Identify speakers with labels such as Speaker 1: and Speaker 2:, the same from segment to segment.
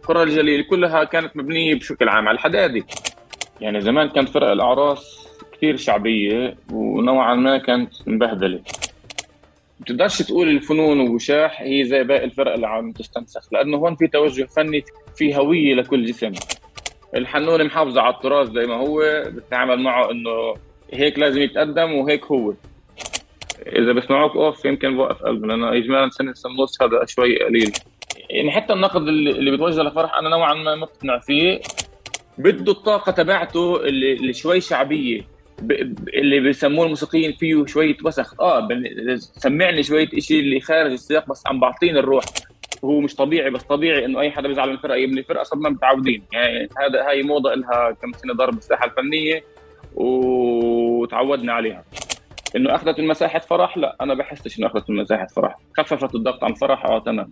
Speaker 1: قرى الجليل كلها كانت مبنية بشكل عام على الحدادي. يعني زمان كانت فرق الأعراس كثير شعبية ونوعا ما كانت مبهدلة. بتقدرش تقول الفنون وشاح هي زي باقي الفرق اللي عم تستنسخ، لأنه هون في توجه فني، في هوية لكل جسم. الحنون محافظة على التراث زي ما هو، بتتعامل معه إنه هيك لازم يتقدم وهيك هو. إذا بسمعوك أوف يمكن بوقف قلبي، لأنه إجمالا سنة ونص هذا شوي قليل. يعني حتى النقد اللي بيتوجه لفرح أنا نوعا ما مقتنع فيه. بده الطاقة تبعته اللي شوي شعبية، اللي بيسموه الموسيقيين فيه شوية وسخ. سمعني شوية اشي اللي خارج السياق بس عم بعطيني الروح. هو مش طبيعي، بس طبيعي انه اي حدا بيزعل من فرقة يبني فرقة، صرنا متعودين. يعني هاي موضة لها كم سنة ضرب الساحة الفنية وتعودنا عليها. انه اخذت من مساحة فرح، لا انا بحسش انه اخذت من مساحة فرح، خففت الضغط عن فرح. تمام.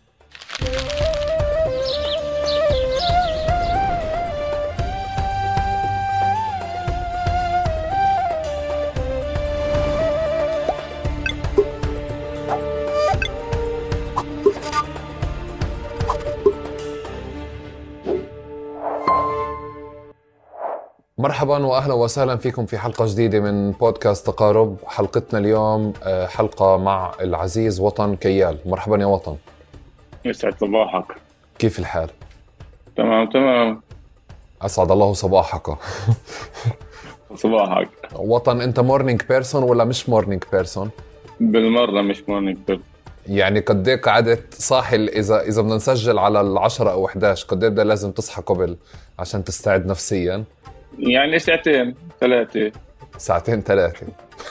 Speaker 2: مرحبا واهلا وسهلا فيكم في حلقة جديدة من بودكاست تقارب. حلقتنا اليوم حلقة مع العزيز وطن كيال. مرحبا يا وطن.
Speaker 1: يسعد صباحك.
Speaker 2: كيف الحال؟
Speaker 1: تمام تمام.
Speaker 2: اسعد الله صباحك.
Speaker 1: صباحك.
Speaker 2: وطن، انت مورنينج بيرسون ولا مش مورنينج بيرسون؟
Speaker 1: بالمرة مش مورنينج بيرسون.
Speaker 2: يعني قد ايه قعدت صاحي؟ اذا بدنا نسجل على 10 او 11 قد ايه لازم تصحى قبل عشان تستعد نفسيا؟
Speaker 1: يعني ساعتين ثلاثة.
Speaker 2: ساعتين ثلاثة.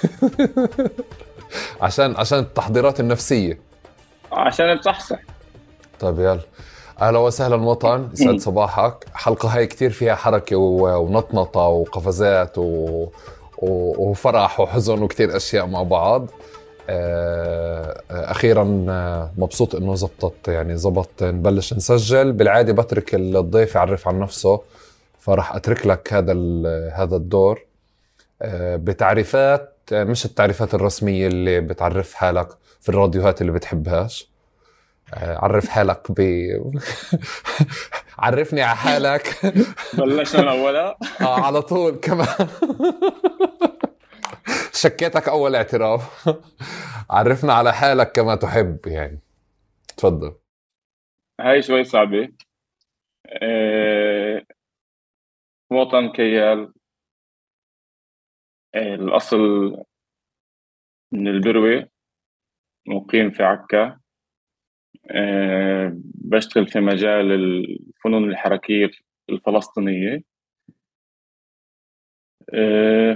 Speaker 2: عشان التحضيرات النفسية،
Speaker 1: عشان تصحصح.
Speaker 2: طيب يلا، اهلا وسهلا وطن، يسعد صباحك. حلقة هاي كتير فيها حركة ونطنطة وقفزات وفرح وحزن وكتير اشياء مع بعض. اخيرا مبسوط انه زبطت، يعني زبط نبلش نسجل. بالعادة بترك الضيف يعرف عن نفسه، فرح اترك لك هذا الدور بتعريفات مش التعريفات الرسمية اللي بتعرف حالك في الراديوهات اللي بتحبهاش. عرف حالك عرفني على حالك.
Speaker 1: بلشنا من أولا.
Speaker 2: على طول كمان. شكيتك أول اعتراف. عرفنا على حالك كما تحب يعني. تفضل.
Speaker 1: هاي شوي صعبة. وطن كيال. الأصل من البروة، مقيم في عكا. بشتغل في مجال الفنون الحركية الفلسطينية. آه،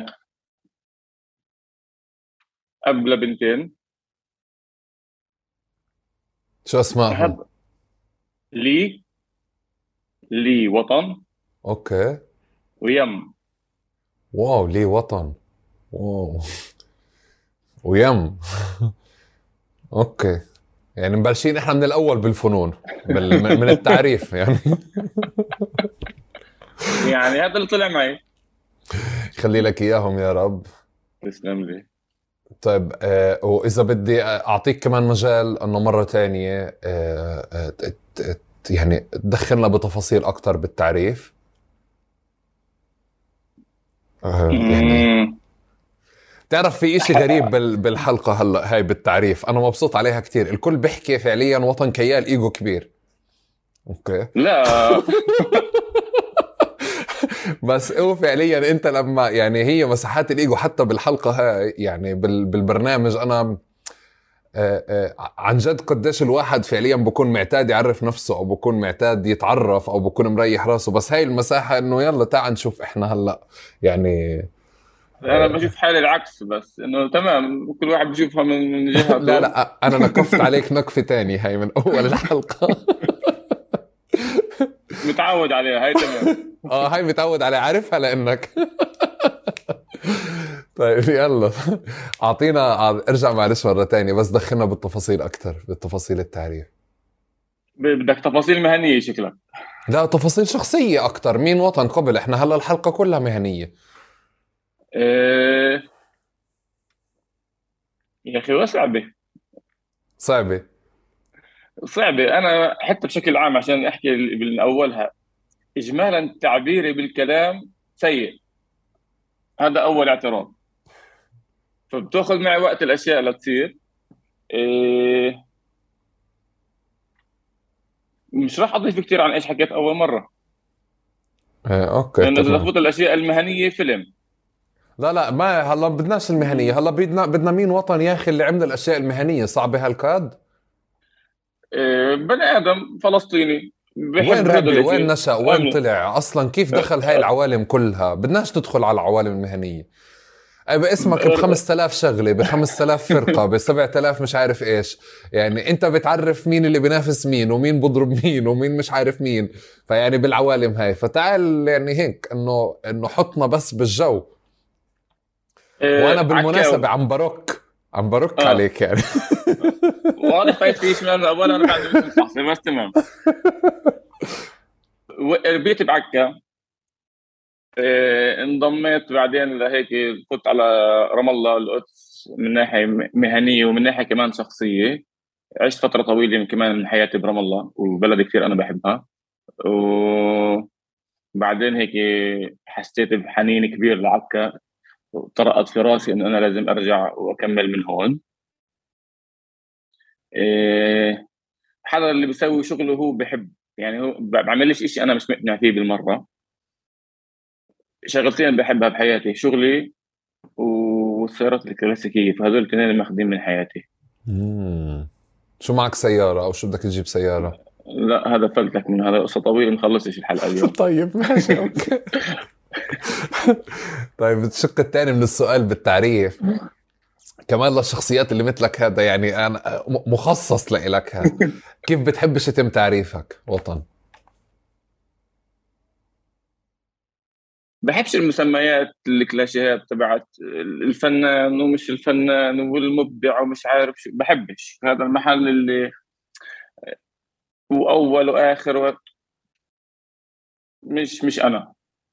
Speaker 1: أب لبنتين.
Speaker 2: شو اسمائهم؟
Speaker 1: بحب لي وطن
Speaker 2: اوكي.
Speaker 1: ويم.
Speaker 2: واو، لي وطن. واو. ويم. اوكي، يعني مبلشين احنا من الاول بالفنون، من التعريف يعني.
Speaker 1: يعني هذا اللي طلع معي.
Speaker 2: خلي لك اياهم يا رب.
Speaker 1: تسلم لي.
Speaker 2: طيب، وإذا بدي أعطيك كمان مجال أنه مرة تانية يعني تدخلنا بتفاصيل أكتر بالتعريف. يعني تعرف في إشي غريب بالحلقة هلأ هاي بالتعريف، أنا مبسوط عليها كتير. الكل بيحكي فعليا وطن كيال إيجو كبير. أوكي.
Speaker 1: لا.
Speaker 2: بس هو فعليا أنت لما يعني هي مساحات الإيجو حتى بالحلقة هاي، يعني بالبرنامج أنا عن جد قديش الواحد فعليا بكون معتاد يعرف نفسه او بكون معتاد يتعرف او بكون مريح راسه، بس هاي المساحة انه يلا تعال نشوف احنا هلأ يعني.
Speaker 1: انا بشوف حالي العكس، بس انه تمام كل واحد بشوفها من
Speaker 2: لا
Speaker 1: جهته.
Speaker 2: لا، انا نكفت عليك نكفة تاني هاي من اول الحلقة.
Speaker 1: متعود عليها هاي تمام.
Speaker 2: هاي متعود عليها، عارفها لانك. طيب يلا، اعطينا ارجع معلش مرة تانية، بس دخلنا بالتفاصيل اكتر، بالتفاصيل التعريف.
Speaker 1: بدك تفاصيل مهنية شكلك.
Speaker 2: لا، تفاصيل شخصية اكتر. مين وطن قبل؟ احنا هلا الحلقة كلها مهنية.
Speaker 1: إيه يا اخي وصعبة.
Speaker 2: صعبة.
Speaker 1: صعبة. أنا حتى بشكل عام عشان أحكي من أولها، إجمالا تعبيري بالكلام سيء، هذا أول اعتراف. فبتاخذ معي وقت الأشياء لتصير. إيه، مش راح أضيف كثير عن إيش حكيت أول مرة،
Speaker 2: اوكي
Speaker 1: لأنه إذا
Speaker 2: تمام.
Speaker 1: تفوت الأشياء المهنية فيلم.
Speaker 2: لا لا، ما هلا بدناش المهنيه، هلا بدنا مين وطن يا اخي اللي عمل الاشياء المهنيه صعبه هالكاد.
Speaker 1: إيه، بني آدم فلسطيني
Speaker 2: وين
Speaker 1: بحب هذا
Speaker 2: ربي، وين
Speaker 1: الإشي.
Speaker 2: نشأ، وين
Speaker 1: عمله.
Speaker 2: طلع اصلا، كيف دخل هاي العوالم كلها؟ بدناش ندخل على العوالم المهنيه. أي باسمك ب 5000 شغله، ب 5000 فرقه، ب 7000 مش عارف ايش. يعني انت بتعرف مين اللي بينافس مين، ومين بضرب مين، ومين مش عارف مين. فيعني بالعوالم هاي، فتعال يعني هيك انه حطنا بس بالجو. وانا بالمناسبة
Speaker 1: عكاوي.
Speaker 2: عم برك
Speaker 1: اه،
Speaker 2: عليك يعني.
Speaker 1: واضح فايت في شمال من اولها، انا بعد مش مستحسن بس تمام. ربيت بعكا. انضميت بعدين لهيك، كنت على رام الله القدس من ناحيه مهنيه ومن ناحيه كمان شخصيه. عشت فتره طويله كمان من حياتي برام الله، وبلد كثير انا بحبها. وبعدين هيك حسيت بحنين كبير لعكا، طرقت في راسي انه انا لازم ارجع واكمل من هون. إيه، حدا اللي بيسوي شغله هو بحب، يعني هو بعملش إشي انا مش مقتنع فيه بالمره. شغلتين بحبها بحياتي: شغلي والسيارات الكلاسيكيه، فهذول الاثنين ماخذين من حياتي.
Speaker 2: مم. شو معك سيارة او شو بدك تجيب سيارة؟
Speaker 1: لا، هذا فلتك من هذا قصه طويله، مخلصش الحلقه اليوم.
Speaker 2: طيب ماشي اوكي. طيب الشق الثاني من السؤال بالتعريف، كمان للشخصيات اللي مثلك هذا، يعني انا مخصص لإلك هذا. كيف بتحبش يتم تعريفك وطن؟
Speaker 1: بحبش المسميات الكلاشيهات تبعت الفنان ومش الفنان والمبدع ومش عارف شو. بحبش هذا المحل اللي هو اول واخر مش انا.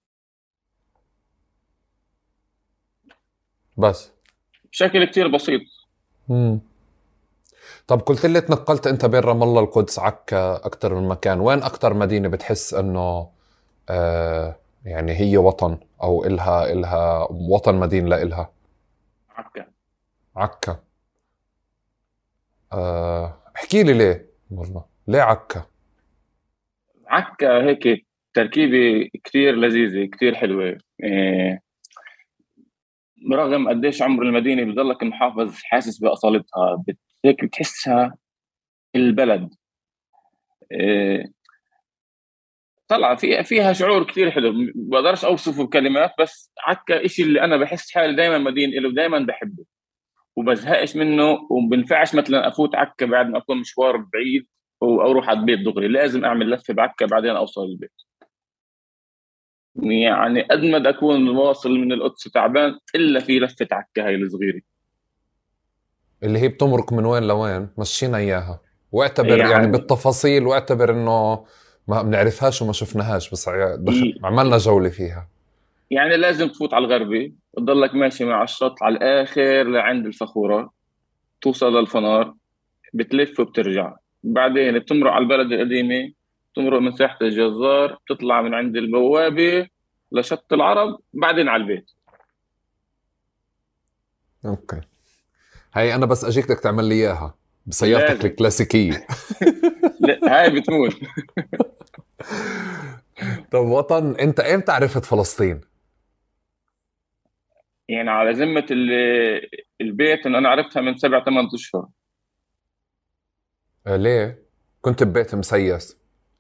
Speaker 2: بس.
Speaker 1: بشكل كتير بسيط.
Speaker 2: مم. طب قلت لي تنقلت انت بين رام الله القدس عكا اكثر من مكان، وين اكثر مدينة بتحس انه يعني هي وطن او الها وطن مدين لإلها؟
Speaker 1: عكا.
Speaker 2: عكا. احكي لي ليه، والله ليه عكا؟
Speaker 1: عكا هيك تركيبة كتير لذيذة، كتير حلوة. رغم قديش عمر المدينة بضلك محافظ حاسس بأصالتها، هيك بتحسها البلد. إيه، طلع فيها شعور كتير حلو، بقدرش أوصفه بكلمات. بس عكا إشي اللي أنا بحس حالي دايما مدين له، دايما بحبه وبزهقش منه. وبنفعش مثلا أفوت عكا بعد ما أكون مشوار بعيد أو أروح على البيت دغري، لازم أعمل لفة بعكا بعدين أوصل البيت. يعني قد ما أكون واصل من القدس تعبان، إلا في لفة عكا هاي الصغيرة.
Speaker 2: اللي هي بتمرق من وين لوين، مشينا اياها. واعتبر يعني
Speaker 1: يعني
Speaker 2: بالتفاصيل، واعتبر انه ما بنعرفهاش وما شفناهاش، بس عملنا جولة فيها.
Speaker 1: يعني لازم تفوت على الغربي، تضلك ماشي مع الشط على الآخر لعند الفخورة، توصل للفنار، بتلف وبترجع. بعدين بتمرق على البلد القديمة، تمرق من ساحة الجزار، بتطلع من عند البوابة لشط العرب، بعدين على البيت.
Speaker 2: اوكي. هاي انا بس اجيك بدك تعمل لي اياها بسيارتك
Speaker 1: لازم.
Speaker 2: الكلاسيكية.
Speaker 1: لا، هاي بتموت.
Speaker 2: طب وطن، انت امتى عرفت فلسطين؟
Speaker 1: يعني على ذمة البيت، إن أنا عرفتها من 7 8 أشهر.
Speaker 2: ليه؟ كنت ببيت مسيس؟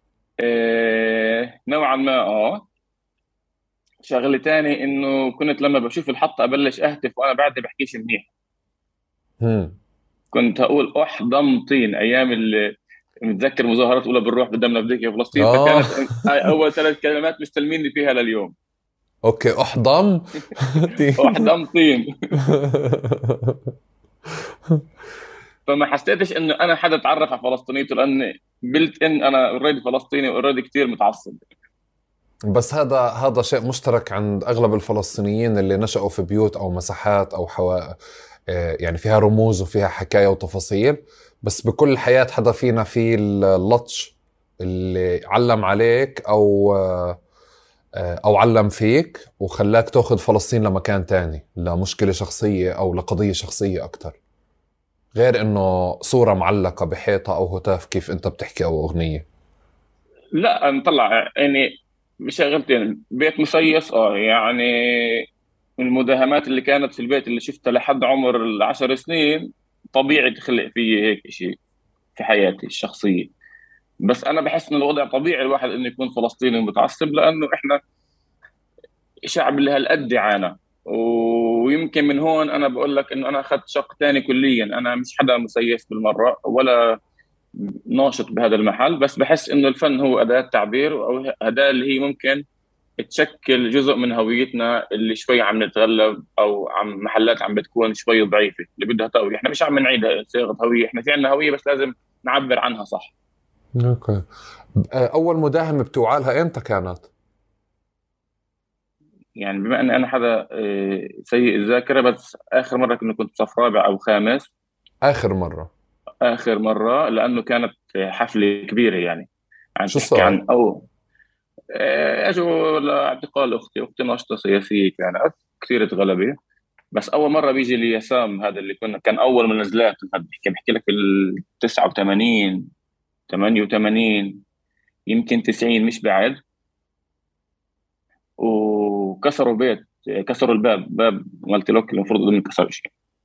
Speaker 1: نوعا ما شغلة تاني إنه كنت لما بشوف الحط أبلش أهتف وأنا بعد بحكيش منيح.
Speaker 2: هم.
Speaker 1: كنت هقول أحضم طين أيام اللي متذكر مظاهرات أولى بالروح قدامنا بديك فلسطين،
Speaker 2: اه.
Speaker 1: فكانت هاي أول 3 كلمات مستلميني فيها لليوم.
Speaker 2: اوكي احضم.
Speaker 1: أحضم طين. فما حسيتش إنه أنا حدا تعرف على فلسطينيته، لأن بلت إن أنا أوريدي فلسطيني وأوريدي كتير متعصب.
Speaker 2: بس هذا شيء مشترك عند اغلب الفلسطينيين اللي نشأوا في بيوت او مساحات او يعني فيها رموز وفيها حكاية وتفاصيل. بس بكل حياة حدا فينا في اللطش اللي علم عليك أو علم فيك وخلاك تأخذ فلسطين لمكان تاني، لمشكلة شخصية أو لقضية شخصية أكتر، غير إنه صورة معلقة بحيطة أو هتاف كيف أنت بتحكي أو أغنية.
Speaker 1: لا نطلع يعني بشغلتين، بيت مسيس يعني المداهمات اللي كانت في البيت اللي شفتها لحد عمر ال10 سنين طبيعي تخلق فيي هيك شيء في حياتي الشخصية. بس أنا بحس إن الوضع طبيعي الواحد إنه يكون فلسطيني متعصب، لأنه إحنا شعب اللي هالقد عانى. ويمكن من هون أنا بقول لك إنه أنا أخذت شق تاني كليا. أنا مش حدا مسيس بالمرة ولا ناشط بهذا المحل، بس بحس إنه الفن هو أداة تعبير، أو أداة اللي هي ممكن تشكل جزء من هويتنا اللي شوي عم نتغلب، او عم محلات عم بتكون شوي ضعيفه اللي بدها تقوي. احنا مش عم نعيد صيغه هويه، احنا في عندنا هويه بس لازم نعبر عنها صح.
Speaker 2: اوكي. أول مداهمة بتوعالها إمتى كانت؟
Speaker 1: يعني بما اني انا حدا سيء الذاكره، بس اخر مره كنت صف رابع او خامس.
Speaker 2: آخر مرة.
Speaker 1: اخر مره لانه كانت حفله كبيره يعني. عم
Speaker 2: شو
Speaker 1: تحكي
Speaker 2: صار؟
Speaker 1: عن او اجوا لاعتقال اختي ناشطه سياسيه كانت كثير غلبه. بس اول مره بيجي اليسام هذا اللي كان اول من نزلات، بحكي لك ال 89 88 يمكن 90 مش بعد. وكسروا بيت، كسروا باب مالتي لوك اللي المفروض ما ينكسرش.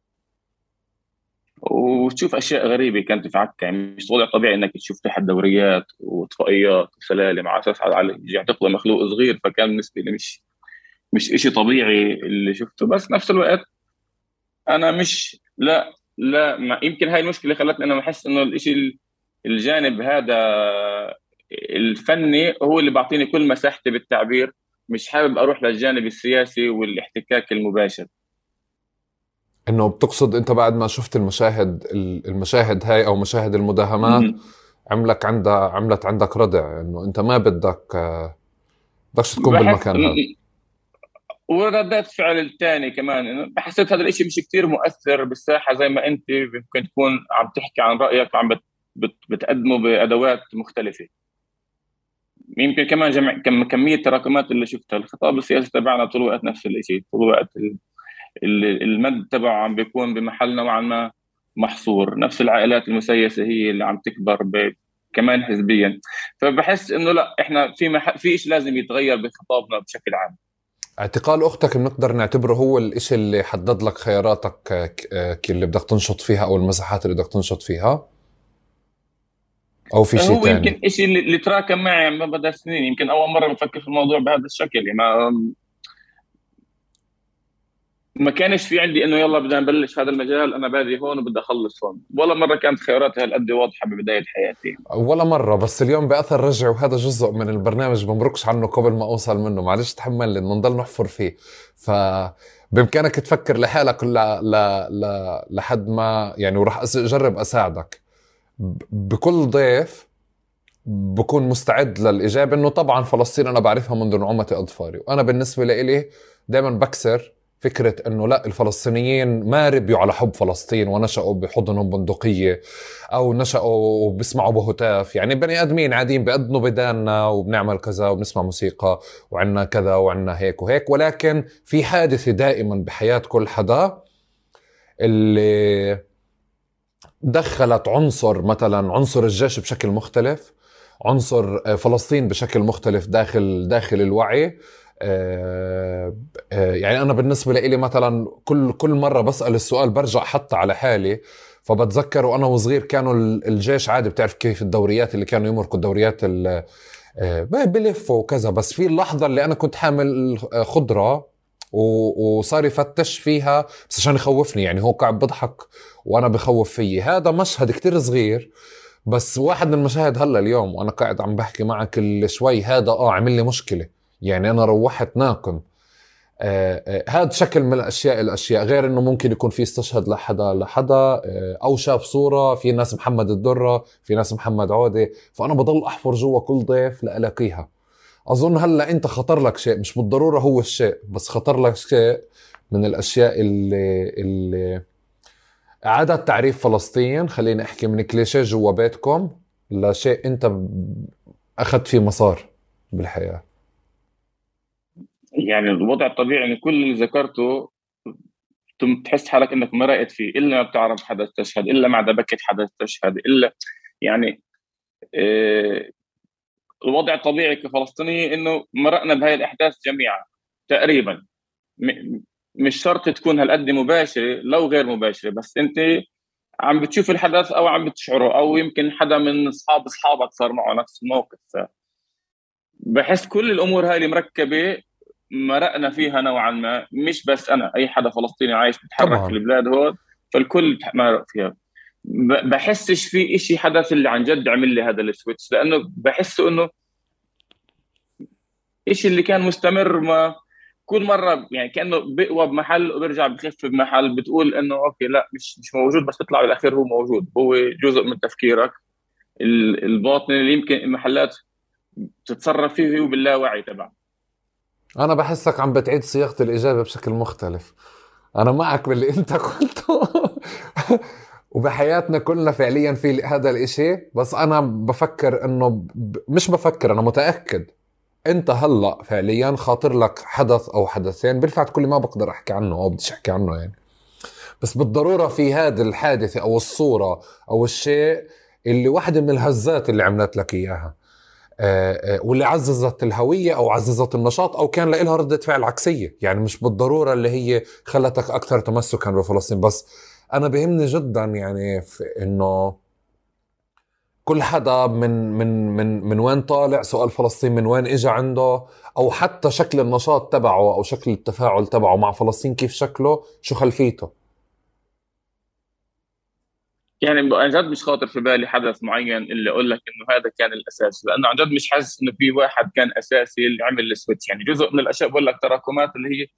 Speaker 1: وتشوف اشياء غريبه كانت في عكا، يعني مش وضع طبيعي انك تشوف تحت دوريات وطفائيات وسلالم على اساس يعتقلوا مخلوق صغير. فكان بالنسبه لي مش إشي طبيعي اللي شفته. بس نفس الوقت انا مش لا ما يمكن هاي المشكله خلتني انا بحس انه الإشي الجانب هذا الفني هو اللي بعطيني كل مساحتي بالتعبير. مش حابب اروح للجانب السياسي والاحتكاك المباشر.
Speaker 2: إنه بتقصد أنت بعد ما شفت المشاهد هاي أو مشاهد المداهمات
Speaker 1: مهم.
Speaker 2: عملت عندك ردع إنه أنت ما بدكش تكون
Speaker 1: بحس
Speaker 2: بالمكان هذا.
Speaker 1: وردات فعل الثاني كمان إنه حسيت هذا الاشي مش كتير مؤثر بالساحة زي ما انت ممكن تكون عم تحكي عن رأيك وعم بتقدمه بأدوات مختلفة. يمكن كمان كمية تراكمات اللي شفتها. الخطاب السياسي تبعنا طول الوقت نفس الشيء، طول الوقت المد تبعه عم بيكون بمحل نوعا ما محصور. نفس العائلات المسيسة هي اللي عم تكبر كمان حزبيا. فبحس انه لا، احنا في شيء لازم يتغير بخطابنا بشكل عام.
Speaker 2: اعتقال أختك بنقدر نعتبره هو الإشي اللي حدد لك خياراتك اللي بدك تنشط فيها أو المساحات اللي بدك تنشط فيها، أو في شيء
Speaker 1: هو
Speaker 2: تاني؟
Speaker 1: يمكن شيء اللي تراكم معي على مدى السنين. يمكن اول مره بفكر في الموضوع بهذا الشكل. يعني ما كانش في عندي انه يلا بدنا نبلش في هذا المجال، انا بادي هون وبدي اخلص هون. ولا مره كانت خياراتي هالقد واضحه ببدايه حياتي.
Speaker 2: ولا مرة. بس اليوم بأثر رجع، وهذا جزء من البرنامج بمرقش عنه قبل ما أوصل منه. معلش تحمل لأنه نضل نحفر فيه. فبإمكانك تفكر لحالك لحد ما يعني، وراح أجرب أساعدك. بكل ضيف بكون مستعد للإجابة إنه طبعا فلسطين أنا بعرفها منذ نعومة أظفاري. وأنا بالنسبة لإلي دائما بكسر فكرة إنه لا، الفلسطينيين ما ربيوا على حب فلسطين ونشأوا بحضنهم بندقية أو نشأوا وبسمعوا بهتاف. يعني بني آدمين عاديين بأذنوا بداننا وبنعمل كذا وبنسمع موسيقى وعنا كذا وعنا هيك وهيك. ولكن في حادثة دائما بحياة كل حدا اللي دخلت عنصر، مثلا عنصر الجيش بشكل مختلف، عنصر فلسطين بشكل مختلف داخل الوعي. يعني أنا بالنسبة لي مثلا كل مرة بسأل السؤال برجع حتى على حالي. فبتذكر وأنا وصغير كانوا الجيش عادي، بتعرف كيف الدوريات اللي كانوا يمرقوا الدوريات بلف وكذا. بس في اللحظة اللي أنا كنت حامل خضرة وصار يفتش فيها بس عشان يخوفني. يعني هو قاعد بضحك وأنا بخوف فيي. هذا مشهد كتير صغير، بس واحد من المشاهد هلا اليوم وأنا قاعد عم بحكي معك شوي هذا عمل لي مشكلة. يعني أنا روحت ناقم. هذا شكل من الأشياء غير إنه ممكن يكون في استشهد لحدا أو شاف صورة في ناس محمد الدرة، في ناس محمد عودة. فأنا بضل أحفر جوا كل ضيف لألاقيها. أظن هلأ أنت خطر لك شيء، مش بالضرورة هو الشيء، بس خطر لك شيء من الأشياء اللي إعادة تعريف فلسطين، خليني أحكي من كليشيه جوا بيتكم لشيء أنت أخذت فيه مسار بالحياة.
Speaker 1: يعني الوضع الطبيعي ان كل اللي ذكرته تحس حالك انك مرقت فيه، الا ما بتعرف حدث تشهد، الا ما عدا بكت حدث تشهد، الا يعني آه، الوضع الطبيعي كفلسطيني انه مرقنا بهاي الاحداث جميعا تقريبا. م- مش شرط تكون هالقد مباشره، لو غير مباشره، بس انت عم بتشوف الحدث او عم بتشعره، او يمكن حدا من اصحابك صار معه نفس الموقف. بحس كل الامور هاي المركبه مرقنا فيها نوعا ما، مش بس انا، اي حدا فلسطيني عايش بتحرك في
Speaker 2: طبعا.
Speaker 1: البلاد هون، فالكل مرق فيها. بحسش في إشي حدث اللي عن جد عمل لي هذا السويتش، لانه بحسه انه إشي اللي كان مستمر. ما كل مره يعني كانه بقوى بمحل وبرجع بخف بمحل، بتقول انه اوكي لا مش موجود، بس بيطلع بالاخير هو موجود، هو جزء من تفكيرك الباطني اللي يمكن المحلات تتصرف فيه هو باللاوعي تبعك.
Speaker 2: أنا بحسك عم بتعيد صياغة الإجابة بشكل مختلف. أنا معك باللي أنت قلته. وبحياتنا كلنا فعليا في هذا الإشي، بس أنا بفكر إنه مش بفكر، أنا متأكد أنت هلأ فعليا خاطر لك حدث أو حدثين بالفعل كل ما بقدر أحكي عنه أو بديش أحكي عنه يعني، بس بالضرورة في هذه الحادثة أو الصورة أو الشيء اللي واحدة من الهزات اللي عملت لك إياها، واللي عززت الهوية أو عززت النشاط أو كان لها ردة فعل عكسية، يعني مش بالضرورة اللي هي خلتك أكثر تمسكا بفلسطين. بس أنا بهمني جدا يعني في إنه كل حدا من وين طالع، سؤال فلسطين من وين إجا عنده، أو حتى شكل النشاط تبعه أو شكل التفاعل تبعه مع فلسطين كيف شكله، شو خلفيته.
Speaker 1: يعني عن جد مش خاطر في بالي حدث معين اللي اقول لك انه هذا كان الاساس، لانه عن جد مش حاسس انه في واحد كان اساسي اللي عمل السويتش. يعني جزء من الاشياء بقول لك تراكمات اللي هي،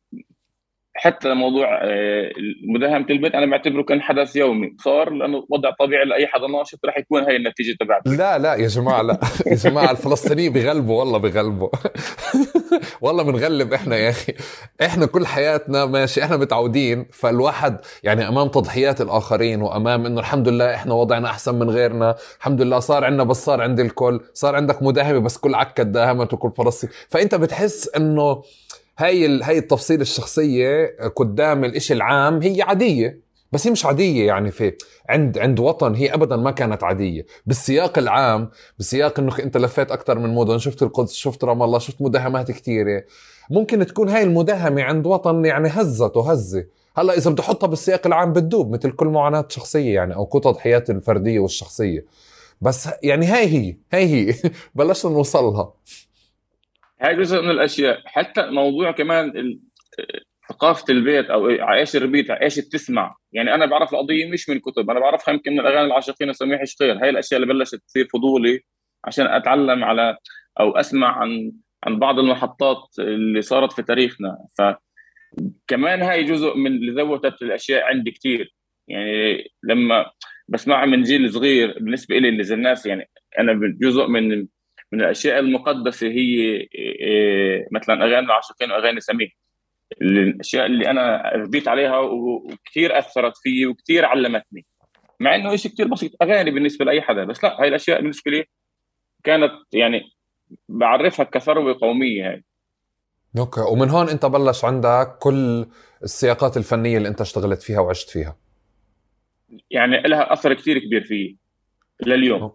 Speaker 1: حتى موضوع مداهمه البيت انا بعتبره كان حدث يومي صار، لانه وضع طبيعي لاي حدا ناشط رح يكون هي النتيجه تبعته.
Speaker 2: لا لا يا جماعة، لا. يا جماعة الفلسطينيين بغلبوا، والله بغلبوا. والله بنغلب احنا يا اخي. احنا كل حياتنا ماشي، احنا متعودين، فالواحد يعني امام تضحيات الاخرين وامام انه الحمد لله احنا وضعنا احسن من غيرنا، الحمد لله صار عندنا، بس صار عند الكل، صار عندك مداهمة بس كل عكا داهمت وكل فلسطين، فانت بتحس انه هاي التفصيل الشخصية قدام الاشي العام هي عادية. بس هي مش عادية يعني في عند وطن، هي ابدا ما كانت عادية بالسياق العام. بسياق انك انت لفيت اكثر من مدن، شفت القدس، شفت رام الله، شفت مداهمات كثيرة. ممكن تكون هاي المداهمة عند وطن يعني هزت وهزة، هلا اذا بدي احطها بالسياق العام بتدوب مثل كل معاناة شخصية يعني، او كل تضحيات الفردية والشخصية. بس يعني هاي هي بلشنا نوصلها.
Speaker 1: هاي جزء من الاشياء. حتى موضوع كمان ثقافه البيت او عايش البيت، عايش تسمع. يعني انا بعرف القضيه مش من كتب، انا بعرفها يمكن من الاغاني العاشقين سميح شطير. هاي الاشياء اللي بلشت تصير فضولي عشان اتعلم على او اسمع عن بعض المحطات اللي صارت في تاريخنا. فكمان هاي جزء من اللي زودت الاشياء عندي كثير. يعني لما بسمعها من جيل صغير بالنسبه لي اللي زي الناس، يعني انا جزء من الاشياء المقدسه هي مثلا اغاني العاشقين واغاني سميح. الاشياء اللي انا ربيت عليها وكثير اثرت فيي وكثير علمتني، مع انه شيء كثير بسيط اغاني بالنسبه لاي حدا، بس لا هاي الاشياء بالنسبه لي كانت يعني بعرفها كثروه قوميه هاي.
Speaker 2: اوكي، ومن هون انت بلش عندك كل السياقات الفنية اللي انت اشتغلت فيها وعشت فيها.
Speaker 1: يعني لها اثر كثير كبير فيي لليوم.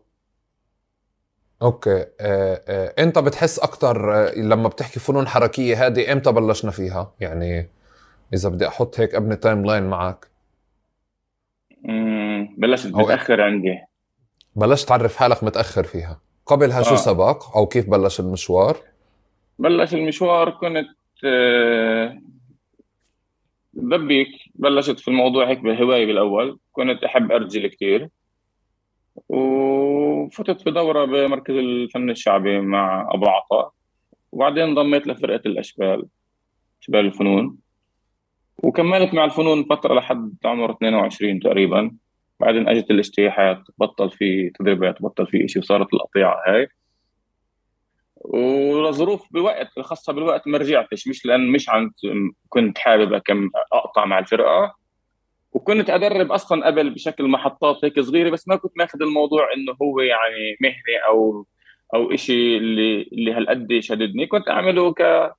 Speaker 2: اوكي. انت بتحس اكتر لما بتحكي فنون حركية هذه امتى بلشنا فيها يعني، اذا بدي احط هيك ابني تايم لاين معك؟
Speaker 1: بلشت
Speaker 2: او
Speaker 1: متاخر عندي.
Speaker 2: بلشت تعرف حالك متأخر فيها؟ قبلها شو
Speaker 1: اه
Speaker 2: سبق او كيف بلش المشوار؟
Speaker 1: بلش المشوار كنت دبيك. بلشت في الموضوع هيك بالهواية، بالأول كنت أحب أرجل كثير، وفتت في دورة بمركز الفن الشعبي مع أبو عطاء، وبعدين انضميت لفرقة الأشبال، أشبال الفنون، وكملت مع الفنون فترة لحد عمر 22 تقريبا. بعدين أجت الاجتياحات، بطل في تدريبات، بطل في إشي، وصارت القطيعة هاي. ولظروف بالوقت الخاصة بالوقت ما رجعتش، مش لأن مش عن كنت حابب أقطع مع الفرقة، وكنت ادرب اصلا قبل بشكل محطات هيك صغيره، بس ما كنت ماخذ الموضوع انه هو يعني مهنه او إشي اللي هالقد شددني. كنت اعمله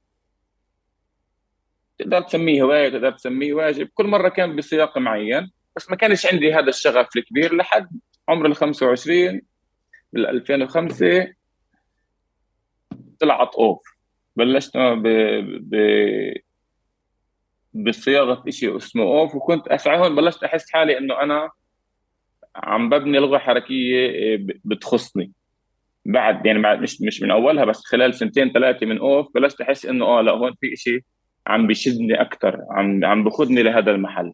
Speaker 1: تقدر تسميه هوايه، تقدر تسميه واجب، كل مره كان بسياق معين. بس ما كانش عندي هذا الشغف الكبير لحد عمر ال 25 بال 2005 طلعت اوف. بلشت ب... بصياغه شيء اسمه اوف، وكنت اسعى هون بلشت احس حالي انه انا عم ببني لغه حركيه بتخصني. بعد يعني بعد مش من اولها، بس خلال سنتين ثلاثه من اوف بلشت احس انه لا، هون في شيء عم بيشدني اكثر، عم بخدني لهذا المحل.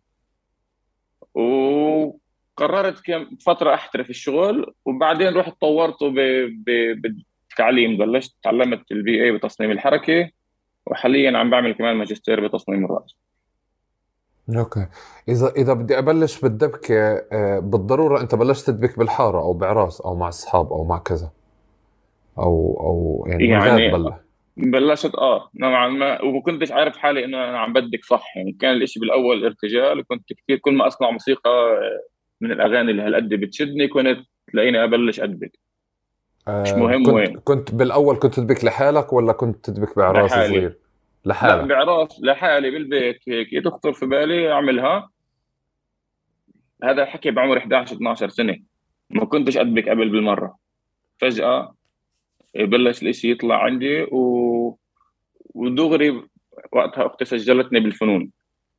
Speaker 1: وقررت كم فتره احترف الشغل، وبعدين رحت طورته بالتعليم. بلشت تعلمت البي اي بتصميم الحركه، وحاليا عم بعمل كمان ماجستير بتصميم الرأس.
Speaker 2: اوكي. اذا بدي ابلش بالدبكه، بالضروره انت بلشت تدبك بالحاره او بعراس او مع اصحاب او مع كذا، او يعني من غاد
Speaker 1: يعني
Speaker 2: بلش؟
Speaker 1: بلشت نوعا ما، وما كنتش عارف حالي انه انا عم بدك صح. يعني كان الاشي بالاول ارتجال، وكنت كثير كل ما اسمع موسيقى من الاغاني اللي هالقد بتشدني كنت تلاقيني ابلش ادبك، مش مهم
Speaker 2: كنت
Speaker 1: وين.
Speaker 2: كنت بالاول كنت تدبك لحالك ولا كنت تدبك بعراس
Speaker 1: لحالي.
Speaker 2: صغير؟
Speaker 1: لا،
Speaker 2: لحالك.
Speaker 1: بعراس لحالي بالبيت هيك تخطر في بالي اعملها. هذا الحكي بعمر 11 12 سنه، ما كنتش ادبك قبل بالمره. فجاه بلش الاشي يطلع عندي ودغري وقتها اختي سجلتني بالفنون.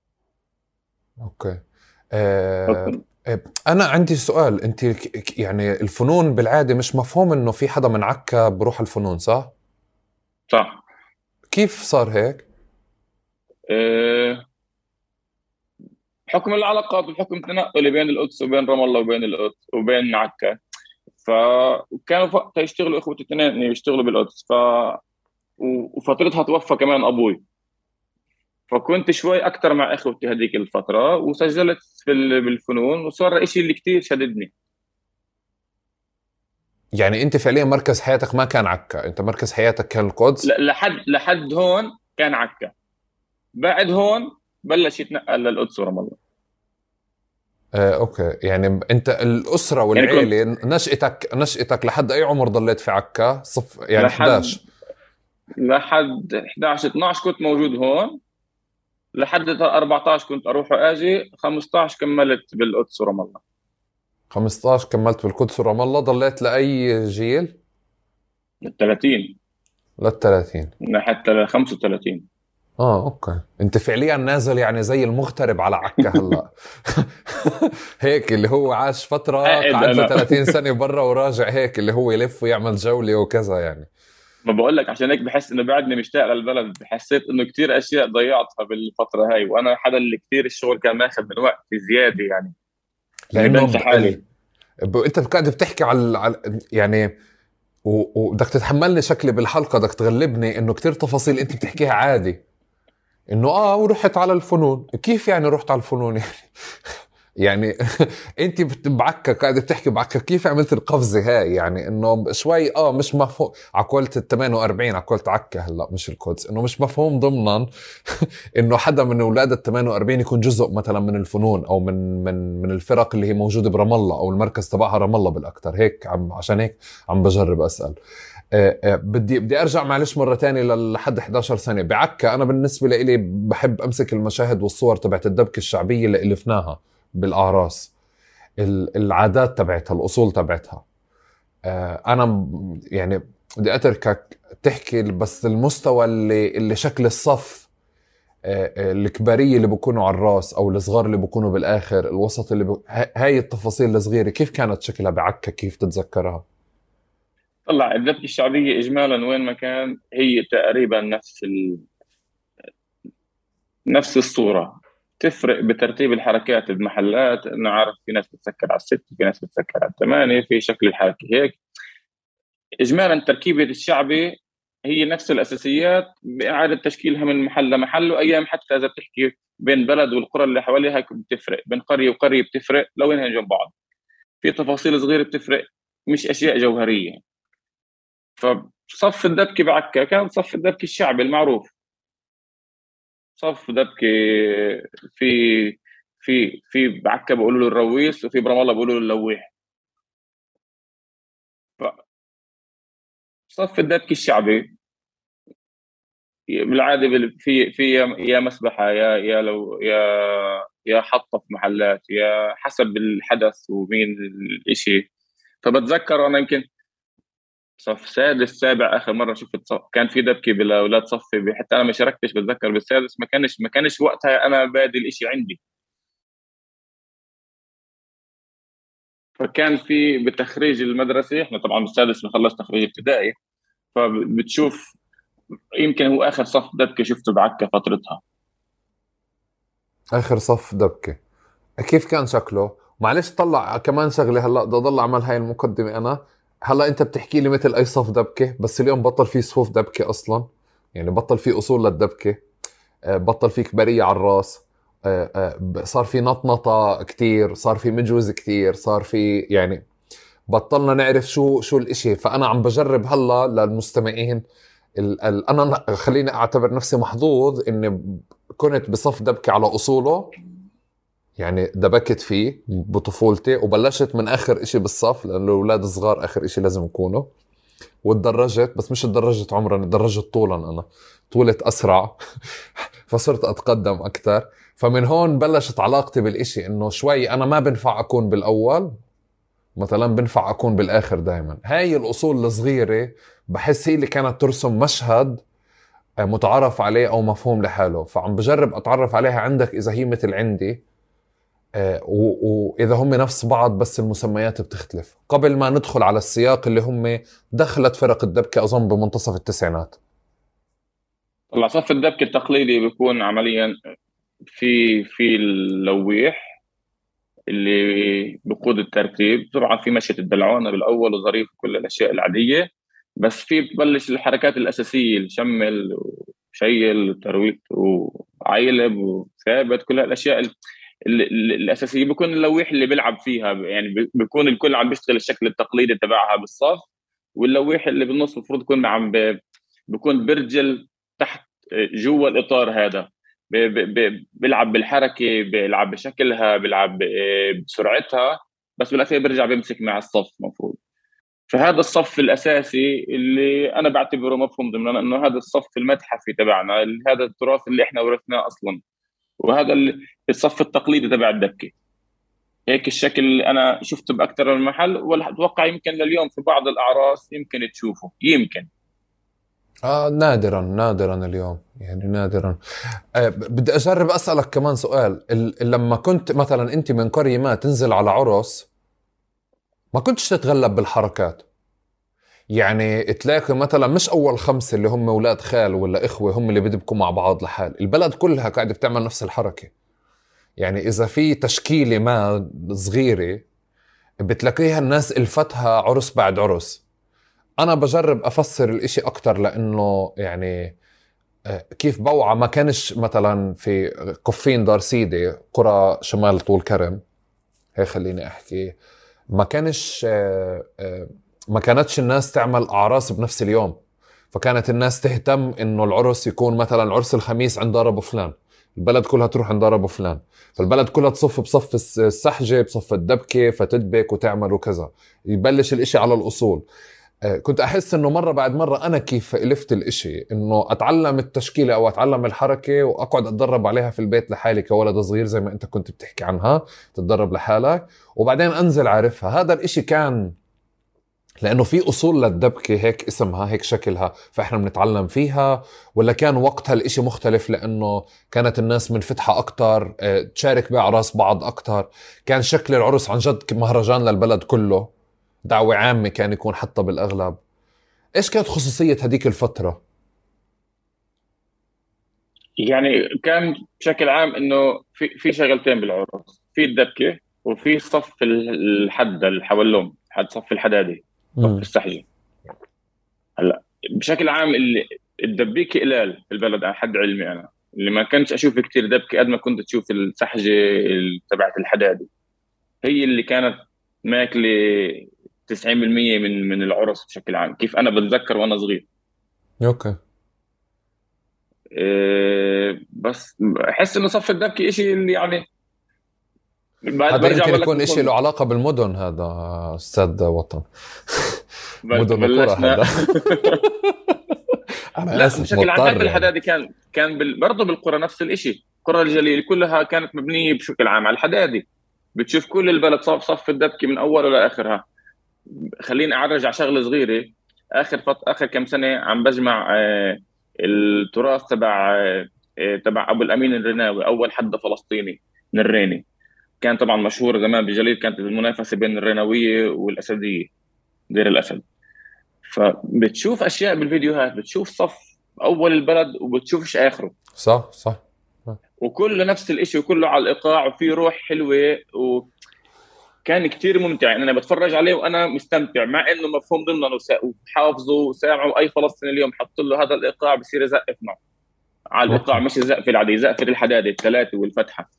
Speaker 2: اوكي. انا عندي سؤال. انت يعني الفنون بالعاده مش مفهوم انه في حدا من عكا بروح الفنون، صح؟
Speaker 1: صح.
Speaker 2: كيف صار هيك؟
Speaker 1: أه، بحكم العلاقات وبحكم تنقلي بين القدس وبين رام الله وبين القدس وبين عكا. فكانوا وقتها يشتغلوا اخوتي الاثنين يشتغلوا بالقدس. وفترتها توفى كمان ابوي، فكنت شوي اكثر مع اخوتي هذيك الفتره، وسجلت بالفنون، وصار إشي اللي كتير شددني.
Speaker 2: يعني انت فعليا مركز حياتك ما كان عكا، انت مركز حياتك كان القدس؟
Speaker 1: لحد هون كان عكا. بعد هون بلش يتنقل للقدس ورام الله.
Speaker 2: اوكي. يعني انت الاسره
Speaker 1: يعني كنت
Speaker 2: والعيله نشأتك لحد اي عمر ضليت في عكا؟ يعني
Speaker 1: لحد
Speaker 2: 11؟
Speaker 1: 11 12 كنت موجود هون، لحد 14 كنت اروح واجي، 15 كملت بالقدس ورام الله.
Speaker 2: 15 كملت بالقدس ورام الله. ضليت لاي جيل؟
Speaker 1: لل 30،
Speaker 2: لل 30؟
Speaker 1: حتى ل 35.
Speaker 2: اوكي. انت فعليا نازل يعني زي المغترب على عكا هلا. هيك اللي هو عاش فتره
Speaker 1: عائد
Speaker 2: قعد له
Speaker 1: انا.
Speaker 2: 30 سنه برا وراجع، هيك اللي هو يلف ويعمل جوله وكذا يعني.
Speaker 1: ما بقول لك عشان هيك بحس انه بعدني مشتاق للبلد. حسيت انه كثير اشياء ضيعتها بالفتره هاي، وانا حدا اللي كثير الشغل كان ماخذ من وقتي زياده يعني، اني
Speaker 2: لانه
Speaker 1: بنسى حالي.
Speaker 2: انت قاعد بتحكي يعني وبدك تتحملني شكلي بالحلقه، بدك تغلبني انه كتير تفاصيل انت بتحكيها عادي. انه ورحت على الفنون. كيف يعني رحت على الفنون يعني؟ يعني انت بعكا قاعد بتحكي بعكا، كيف عملت القفزه هاي؟ يعني انه شوي مش مفهوم. عقولت ال 48، عقولت عكا هلا مش القدس، انه مش مفهوم ضمنا انه حدا من اولاد ال 48 يكون جزء مثلا من الفنون او من الفرق اللي هي موجوده برام الله، او المركز تبعها رام الله بالاكثر. هيك عشان هيك عم بجرب اسال. بدي ارجع معلش مره تانية لحد 11 سنه بعكا. انا بالنسبه لي بحب امسك المشاهد والصور تبعت الدبكه الشعبيه اللي الفناها بالاعراس، العادات تبعتها، الاصول تبعتها. انا يعني بدي اتركك تحكي بس المستوى اللي شكل الصف، الكباريه اللي بيكونوا على الراس او الصغار اللي بيكونوا بالاخر، الوسط هاي التفاصيل الصغيره كيف كانت شكلها بعكا؟ كيف تتذكرها؟
Speaker 1: طلع الدبكه الشعبيه اجمالا وين ما كان هي تقريبا نفس الصوره. تفرق بترتيب الحركات بمحلات، انه عارف في ناس بتسكر على الست، في ناس بتسكر على الثمانيه، في شكل الحركه هيك. اجمالا تركيبه الشعبي هي نفس الاساسيات، باعاده تشكيلها من محل لمحل. وايام حتى اذا بتحكي بين بلد والقرى اللي حواليها بتفرق، بين قريه وقريه بتفرق لو انها جنب بعض، في تفاصيل صغيره بتفرق، مش اشياء جوهريه. فصف الدبكه بعكا كان صف الدبكه الشعبي المعروف. صف دبكه في في بعكا بيقولوا له الرويس، وفي برام الله بيقولوا له اللويح. صف الدبكة الشعبي بالعاده في يا مسبحه، يا حطه في محلات، يا حسب الحدث ومين الاشي. فبتذكر انا يمكن صف سادس سابع اخر مره شفت صف كان في دبكه بالاولاد صفي، حتى انا ما شاركتش. بتذكر بالسادس ما كانش وقتها انا بادي الاشي عندي. فكان في بتخريج المدرسه، احنا طبعا بالسادس بنخلص تخريج ابتدائي، فبتشوف يمكن هو اخر صف دبكه شفته بعكا فترتها.
Speaker 2: اخر صف دبكه كيف كان شكله؟ معلش طلع كمان شغله، هلا بدي اضل اعمل هاي المقدمه انا. هلا انت بتحكي لي مثل اي صف دبكه، بس اليوم بطل في صفوف دبكه اصلا. يعني بطل في اصول للدبكه، بطل في كبريه على الراس، صار في نطنطه كتير، صار في مجوز كتير، صار في يعني بطلنا نعرف شو الاشي. فانا عم بجرب هلا للمستمعين انا خليني اعتبر نفسي محظوظ اني كنت بصف دبكه على اصوله. يعني دبكت فيه بطفولتي وبلشت من اخر اشي بالصف، لانه الاولاد الصغار اخر اشي لازم يكونوا. وتدرجت، بس مش تدرجت عمرا، تدرجت طولا. انا طولت اسرع فصرت اتقدم اكثر. فمن هون بلشت علاقتي بالاشي، انه شوي انا ما بنفع اكون بالاول، مثلا بنفع اكون بالاخر دائما. هاي الاصول الصغيرة بحس هي اللي كانت ترسم مشهد متعارف عليه او مفهوم لحاله. فعم بجرب اتعرف عليها عندك اذا هي مثل عندي، وإذا هم نفس بعض بس المسميات بتختلف. قبل ما ندخل على السياق اللي هم دخلت فرق الدبكة أظن بمنتصف التسعينات.
Speaker 1: طلع صف الدبكه التقليدي بيكون عمليا في اللويح اللي بقود الترتيب. طبعا في مشية الدلعونة بالأول وظريف وكل الأشياء العادية، بس في بتبلش الحركات الأساسية: الشمل وشيل وترويت وعيلب وثابت، كل الأشياء الأساسية. بيكون اللويح اللي بيلعب فيها، يعني بيكون الكل عم بيشتغل الشكل التقليدي تبعها بالصف، واللويح اللي بالنص المفروض يكون بيكون برجل تحت جوا الإطار هذا، بيلعب بالحركه، بيلعب بشكلها، بيلعب بسرعتها، بس بالاخير بيرجع بيمسك مع الصف مفروض. فهذا الصف الاساسي اللي انا بعتبره مفهوم ضمن انه هذا الصف المتحفي تبعنا، هذا التراث اللي احنا ورثناه اصلا، وهذا الصف التقليدي تبع الدبكه. هيك الشكل اللي انا شفته باكثر من محل، واتوقع يمكن لليوم في بعض الاعراس يمكن تشوفه يمكن.
Speaker 2: نادرا نادرا اليوم، يعني نادرا. بدي أجرب أسألك كمان سؤال. لما كنت مثلا أنت من قرية ما تنزل على عرس، ما كنتش تتغلب بالحركات؟ يعني تلاقي مثلا مش أول خمسة اللي هم أولاد خال ولا إخوة هم اللي بدبكوا مع بعض لحال، البلد كلها قاعدة بتعمل نفس الحركة. يعني إذا في تشكيلة ما صغيرة بتلاقيها الناس الفتها عرس بعد عرس. أنا بجرب أفسر الإشي أكتر، لأنه يعني كيف بوعى ما كانش مثلا في قفين دار سيدي قرى شمال طول كرم، هيك خليني أحكي، ما كانش ما كانتش الناس تعمل أعراس بنفس اليوم. فكانت الناس تهتم إنه العرس يكون مثلا عرس الخميس عند دار أبو فلان، البلد كلها تروح عند دار أبو فلان، فالبلد كلها تصف بصف السحجة بصف الدبكة فتدبك وتعمل وكذا. يبلش الإشي على الأصول. كنت أحس إنه مرة بعد مرة أنا كيف ألفت الإشي إنه أتعلم التشكيلة أو أتعلم الحركة وأقعد أتدرب عليها في البيت لحالي كولد صغير، زي ما أنت كنت بتحكي عنها، تتدرب لحالك وبعدين أنزل عارفها. هذا الإشي كان لأنه في أصول للدبكة هيك اسمها هيك شكلها فإحنا بنتعلم فيها، ولا كان وقتها الإشي مختلف لأنه كانت الناس منفتحة أكتر، تشارك بأعراس بعض أكتر؟ كان شكل العرس عن جد مهرجان للبلد كله، دعوة عامة كان يكون حتى بالأغلب. إيش كانت خصوصية هديك الفترة؟
Speaker 1: يعني كان بشكل عام انه في شغلتين بالعرس: في الدبكه، وفي صف الحد الحولهم، حد صف الحدادي، صف
Speaker 2: امم
Speaker 1: السحجه. هلا بشكل عام الدبيكه قلال في البلد على حد علمي انا، اللي ما كنتش اشوف كتير دبكه قد ما كنت تشوف السحجه تبعت الحدادي. هي اللي كانت ماكله 90% من العرس بشكل عام، كيف انا بتذكر وانا صغير.
Speaker 2: اوكي.
Speaker 1: بس احس انه صف الدبكه شيء اللي يعني
Speaker 2: هذا
Speaker 1: برجع
Speaker 2: يمكن
Speaker 1: بقول لك
Speaker 2: يكون إشي له
Speaker 1: بكون
Speaker 2: علاقة بالمدن، هذا أستاذ وطن. مدن وقرى
Speaker 1: بلشنا.
Speaker 2: هذا. أنا
Speaker 1: لا،
Speaker 2: آسف
Speaker 1: بشكل عام حتى
Speaker 2: مضطر يعني.
Speaker 1: الحدادي كان برضه بالقرى نفس الشيء. قرى الجليل كلها كانت مبنيه بشكل عام على الحدادي. بتشوف كل البلد صف الدبكه من اول لاخرها. خليني اعرج على شغله صغيره. اخر كم سنه عم بجمع التراث تبع ابو الامين الرناوي، اول حد فلسطيني من الريني. كان طبعا مشهور زمان بجليل، كانت المنافسه بين الريناويه والاسديه، دير الاسد. فبتشوف اشياء بالفيديوهات، بتشوف صف اول البلد وبتشوفش اخره،
Speaker 2: صح صح.
Speaker 1: وكله نفس الاشي وكله على الايقاع وفي روح حلوه. وكان كتير ممتع، يعني انا بتفرج عليه وانا مستمتع، مع انه مفهوم ضمنه وحافظه وسامعه. اي فلسطيني اليوم حط له هذا الايقاع بصير يزقف معه على الايقاع،
Speaker 2: أوكي.
Speaker 1: مش الزقف العادي، زقف الحداده الثلاثه والفتحه.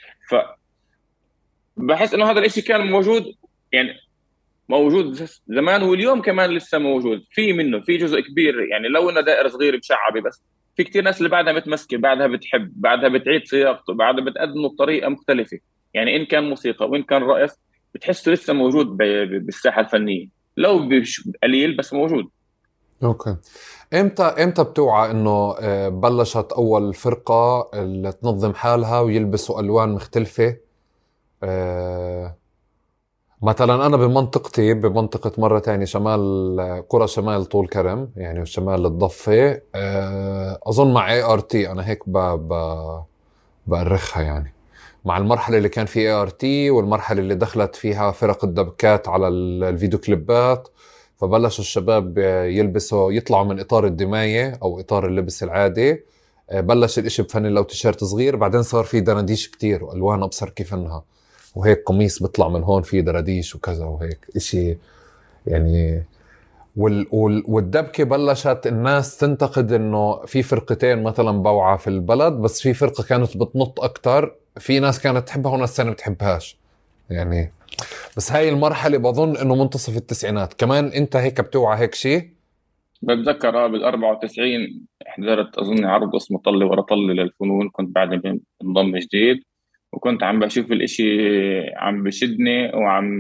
Speaker 1: فبحس انه هذا الاشي كان موجود، يعني موجود زمان واليوم كمان لسه موجود في منه، في جزء كبير. يعني لو انه دائره صغيره بشعبي، بس في كتير ناس اللي بعدها متمسكه، بعدها بتحب، بعدها بتعيد صياغته، بعدها بتقدمه بطريقه مختلفه. يعني ان كان موسيقى وان كان رقص، بتحسه لسه موجود بالساحه الفنيه، لو قليل بس موجود.
Speaker 2: أوكي. إمتى بتوعى إنه بلشت أول فرقة اللي تنظم حالها ويلبسوا ألوان مختلفة؟ آه، مثلا أنا بمنطقة مرة تانية شمال، قرى شمال طول كرم يعني وشمال الضفة، أظن مع ART أنا هيك بأرخها يعني، مع المرحلة اللي كان في ART والمرحلة اللي دخلت فيها فرق الدبكات على الفيديو كليبات. فبلشوا الشباب يلبسوا، يطلعوا من إطار الدماية أو إطار اللبس العادي. بلش الإشي بفانيلا وتيشيرت صغير، بعدين صار في دنديش كتير وألوان أبصر كيف إنها، وهيك قميص بيطلع من هون فيه درديش وكذا وهيك إشي يعني. والدبكة بلشت الناس تنتقد انه في فرقتين مثلا بوعة في البلد، بس في فرقة كانت بتنط اكتر، في ناس كانت تحبها وناس ثانيه بتحبهاش يعني. بس هاي المرحلة بظن انه منتصف التسعينات كمان. انت هيك بتوعى هيك شيء؟
Speaker 1: بتذكر بال 94 حضرت اظن عرض اسمه طلي ورا طلي للفنون، كنت بعد منضم جديد، وكنت عم بشوف الاشي عم بشدني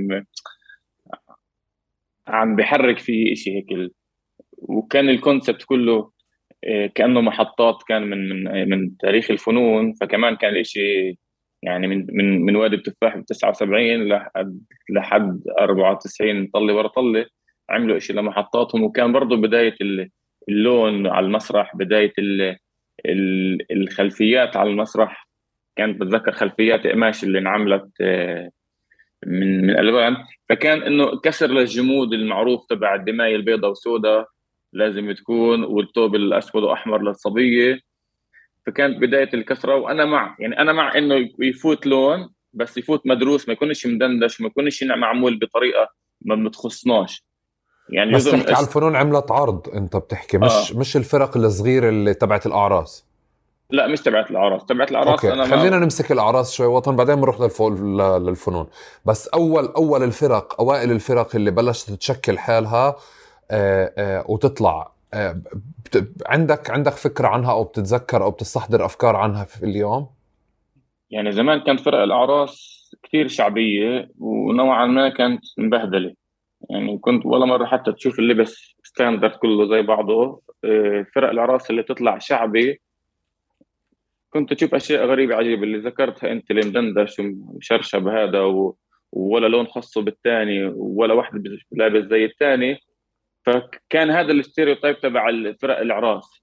Speaker 1: عم بحرك في اشي هيك وكان الكونسبت كله كأنه محطات، كان من تاريخ الفنون. فكمان كان الاشي يعني من وادي التفاح ب 79 لحد 94 طلي ورا طلي، عملوا اشي لمحطاتهم. وكان برضه بداية اللون على المسرح، بداية الخلفيات على المسرح. كانت بتذكر خلفيات قماش اللي انعملت من الالوان. فكان انه كسر للجمود المعروف تبع الدمايه البيضاء وسوداء لازم تكون، والثوب الاسود واحمر للصبيه. فكانت بدايه الكسره. وانا مع، يعني انا مع انه يفوت لون، بس يفوت مدروس، ما يكونش مدندش، ما يكونش معمول بطريقه ما بتخصناش. يعني
Speaker 2: بس
Speaker 1: جزء من
Speaker 2: تحكي على الفنون عملت عرض، انت بتحكي مش
Speaker 1: اه
Speaker 2: مش الفرق الصغيرة اللي تبعت الاعراس؟
Speaker 1: لا، مش تبعت الاعراس. تبعت الاعراس
Speaker 2: اوكي،
Speaker 1: انا
Speaker 2: خلينا
Speaker 1: ما.
Speaker 2: نمسك الاعراس شوي وطن، بعدين بنروح للفنون. بس اول الفرق، اوائل الفرق اللي بلشت تشكل حالها وتطلع، عندك فكرة عنها او بتتذكر او بتستحضر افكار عنها في اليوم؟
Speaker 1: يعني زمان كانت فرق الاعراس كثير شعبيه ونوعا ما كانت مبهدله. يعني كنت ولا مرة حتى تشوف اللبس ستاندرد كله زي بعضه. فرق الأعراس اللي تطلع شعبي كنت تشوف أشياء غريبة عجيبة اللي ذكرتها أنت، اللي مدندش ومشرشب هذا ولا لون خاصه بالثاني، ولا واحد لابس زي الثاني. فكان هذا الاستيريوتايب تبع فرق الأعراس.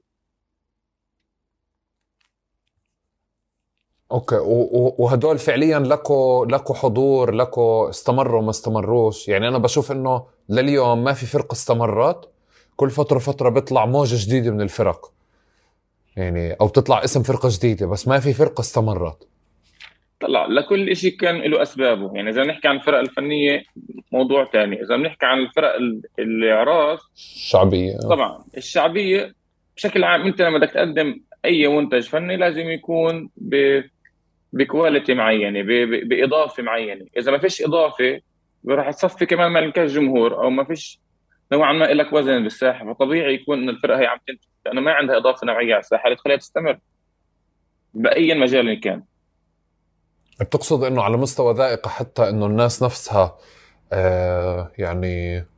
Speaker 2: اوكي. وهدول فعليا لكو حضور، لكو استمروا ما استمروش؟ يعني انا بشوف انه لليوم ما في فرقة استمرت، كل فترة بيطلع موجة جديدة من الفرق يعني، او بتطلع اسم فرقة جديدة، بس ما في فرقة استمرت.
Speaker 1: طلع لكل شيء كان له أسبابه. يعني إذا بنحكي عن الفرق الفنية موضوع ثاني، إذا بنحكي عن الفرق الأعراس،
Speaker 2: شعبية.
Speaker 1: طبعا الشعبيه بشكل عام، انت لما بدك تقدم اي منتج فني لازم يكون بكواليتي معينه، باضافه معينه. اذا ما فيش اضافه راح تصفي كمان ما لكش جمهور، او ما فيش نوعا ما لك وزن بالساحه. فطبيعي يكون ان الفرقه هي عم تنتج لانه ما عندها اضافه نوعيه على الساحه اللي تخليها تستمر باي مجال إن كان.
Speaker 2: بتقصد انه على مستوى ذائقة حتى انه الناس نفسها يعني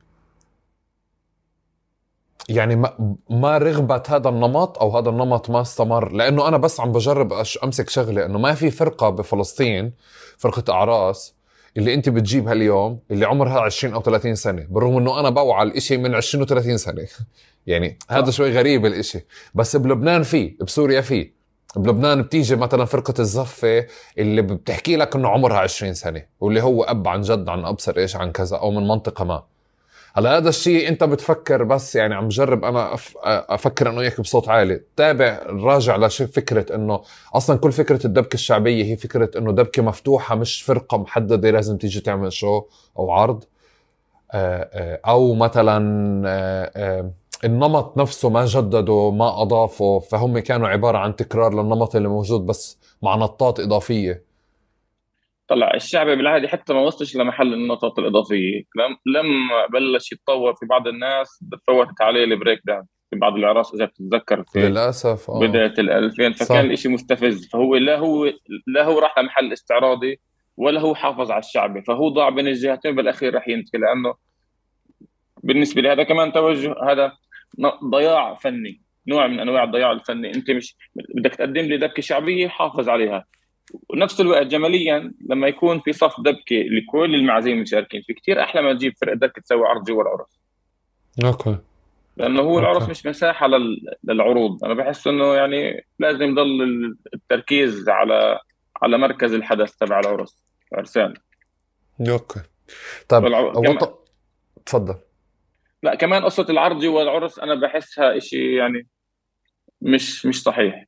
Speaker 2: ما رغبت هذا النمط او هذا النمط ما استمر؟ لانه انا بس عم بجرب امسك شغله انه ما في فرقة بفلسطين، فرقة اعراس اللي انت بتجيبها اليوم اللي عمرها 20 او 30 سنة، بالرغم انه انا بوعى الاشي من 20 و 30 سنة. يعني هذا
Speaker 1: صح.
Speaker 2: شوي غريب الاشي. بس بلبنان فيه، بسوريا فيه. بلبنان بتيجي مثلا فرقة الزفة اللي بتحكي لك انه عمرها 20 سنة واللي هو اب عن جد عن ابصر ايش عن كذا او من منطقة ما. هلا هذا الشيء انت بتفكر بس يعني عم جرب انا افكر انه وياك بصوت عالي تابع راجع فكرة انه اصلا كل فكرة الدبكة الشعبية هي فكرة انه دبكة مفتوحة، مش فرقة محددة لازم تيجي تعمل شو او عرض. او مثلا النمط نفسه ما جددوا ما اضافوا، فهم كانوا عبارة عن تكرار للنمط اللي موجود بس مع نطات اضافية.
Speaker 1: طلع الشعبي بالعادي حتى ما وصلش لمحل النقط الإضافية، لما بلش يتطور في بعض الناس فوتت عليه البريك دانس في بعض الأعراس إذا بتتذكر في
Speaker 2: للأسف
Speaker 1: بداية الألفين، فكان
Speaker 2: صح.
Speaker 1: الإشي مستفز. فهو لا هو راح لمحل استعراضي ولا هو حافظ على الشعبي، فهو ضاع بين الجهتين، بالأخير راح ينتهي. لأنه بالنسبة لي هذا كمان توجه، هذا ضياع فني، نوع من أنواع الضياع الفني. أنت مش بدك تقدم لي دبكة شعبية حافظ عليها، ونفس الوقت جماليا لما يكون في صف دبكه لكل المعازيم المشاركين في كتير احلى ما تجيب فرقه دبكه تسوي عرض جوا العرس.
Speaker 2: اوكي.
Speaker 1: لانه هو العرس
Speaker 2: اوكي.
Speaker 1: مش مساحه للعروض. انا بحس انه يعني لازم يضل التركيز على مركز الحدث تبع العرس عرسان.
Speaker 2: اوكي. طيب
Speaker 1: كمان
Speaker 2: تفضل.
Speaker 1: لا، كمان قصه العرض جوا العرس انا بحسها إشي يعني مش صحيح.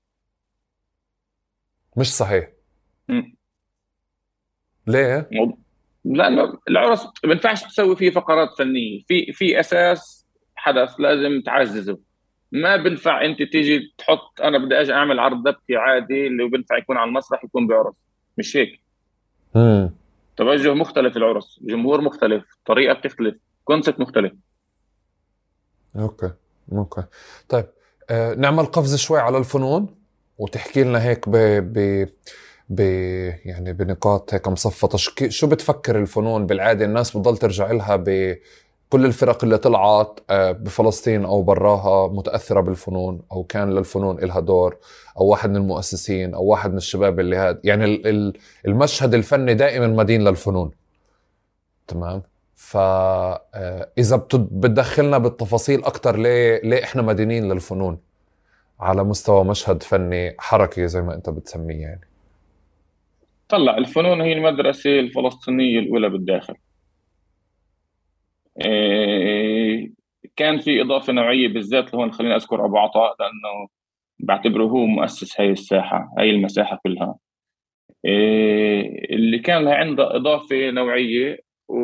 Speaker 2: مش صحيح.
Speaker 1: م.
Speaker 2: ليه؟
Speaker 1: لا، العرس ما بينفعش تسوي فيه فقرات فنيه، في اساس حدث لازم تعززه. ما بنفع انت تيجي تحط انا بدي اجي اعمل عرض دبكه عادي اللي بنفع يكون على المسرح يكون بعرس. مش هيك.
Speaker 2: امم.
Speaker 1: توجه مختلف، العرس جمهور مختلف، طريقه بتختلف، كونسبت مختلف.
Speaker 2: اوكي. اوكي. طيب نعمل قفزة شوي على الفنون وتحكي لنا هيك ب يعني بنقاط هيك مصفطة. شو بتفكر الفنون بالعادة الناس بتضل ترجع لها بكل الفرق اللي طلعت بفلسطين أو براها متأثرة بالفنون أو كان للفنون إلها دور أو واحد من المؤسسين أو واحد من الشباب اللي هاد يعني المشهد الفني دائما مدين للفنون. تمام. فإذا بتدخلنا بالتفاصيل أكتر ليه إحنا مدينين للفنون على مستوى مشهد فني حركي زي ما أنت بتسميه يعني.
Speaker 1: طلع الفنون هي المدرسه الفلسطينيه الاولى بالداخل. إيه، كان في اضافه نوعيه بالذات لهون. خليني اذكر ابو عطاء لانه بعتبره هو مؤسس هاي الساحه، هاي المساحه كلها. اللي كان عنده اضافه نوعيه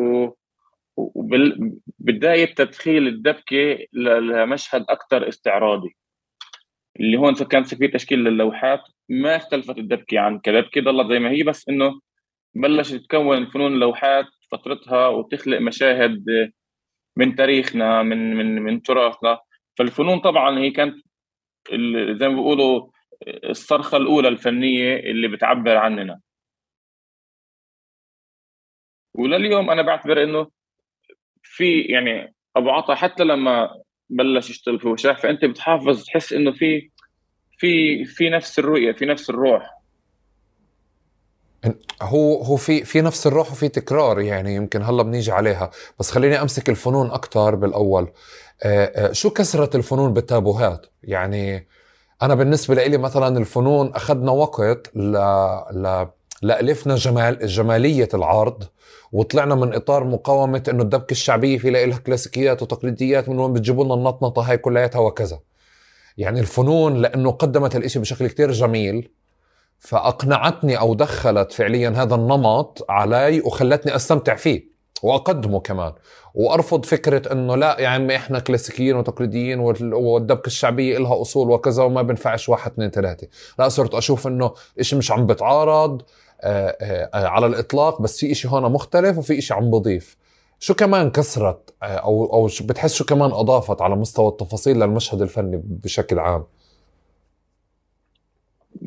Speaker 1: وبداية تدخيل الدبكة لمشهد أكثر استعراضي، اللي هون كان في تشكيل للوحات. ما اختلفت الدبكة عن كدبكة، ضلت زي ما هي، بس إنه بلشت تتكون فنون اللوحات فترتها وتخلق مشاهد من تاريخنا، من تراثنا. فالفنون طبعا هي كانت زي ما بيقولوا الصرخة الأولى الفنية اللي بتعبر عننا. ولليوم أنا بعتبر إنه في يعني ابو عطا حتى لما بلش يشتغل في وشاح، فانت بتحافظ تحس انه في نفس الرؤيه، في نفس الروح.
Speaker 2: هو في نفس الروح وفي تكرار يعني يمكن هلا بنيجي عليها. بس خليني امسك الفنون اكتر بالاول. شو كسرت الفنون بالتابوهات يعني؟ انا بالنسبه لي مثلا الفنون اخذنا وقت لألفنا جماليه العرض وطلعنا من اطار مقاومه انه الدبكه الشعبيه في لها كلاسيكيات وتقليديات من وين بتجيبوا لنا النطنطه هاي كلياتها وكذا. يعني الفنون لانه قدمت الاشي بشكل كتير جميل فأقنعتني أو دخلت فعليا هذا النمط علي وخلتني أستمتع فيه وأقدمه كمان، وأرفض فكرة أنه لا يا عمي إحنا كلاسيكيين وتقليديين والدبكة الشعبية إلها أصول وكذا وما بنفعش واحد اثنين ثلاثة. لا، صرت أشوف أنه إشي مش عم بتعارض على الإطلاق، بس في إشي هون مختلف وفي إشي عم بضيف. شو كمان كسرت أو بتحس شو كمان أضافت على مستوى التفاصيل للمشهد الفني بشكل عام؟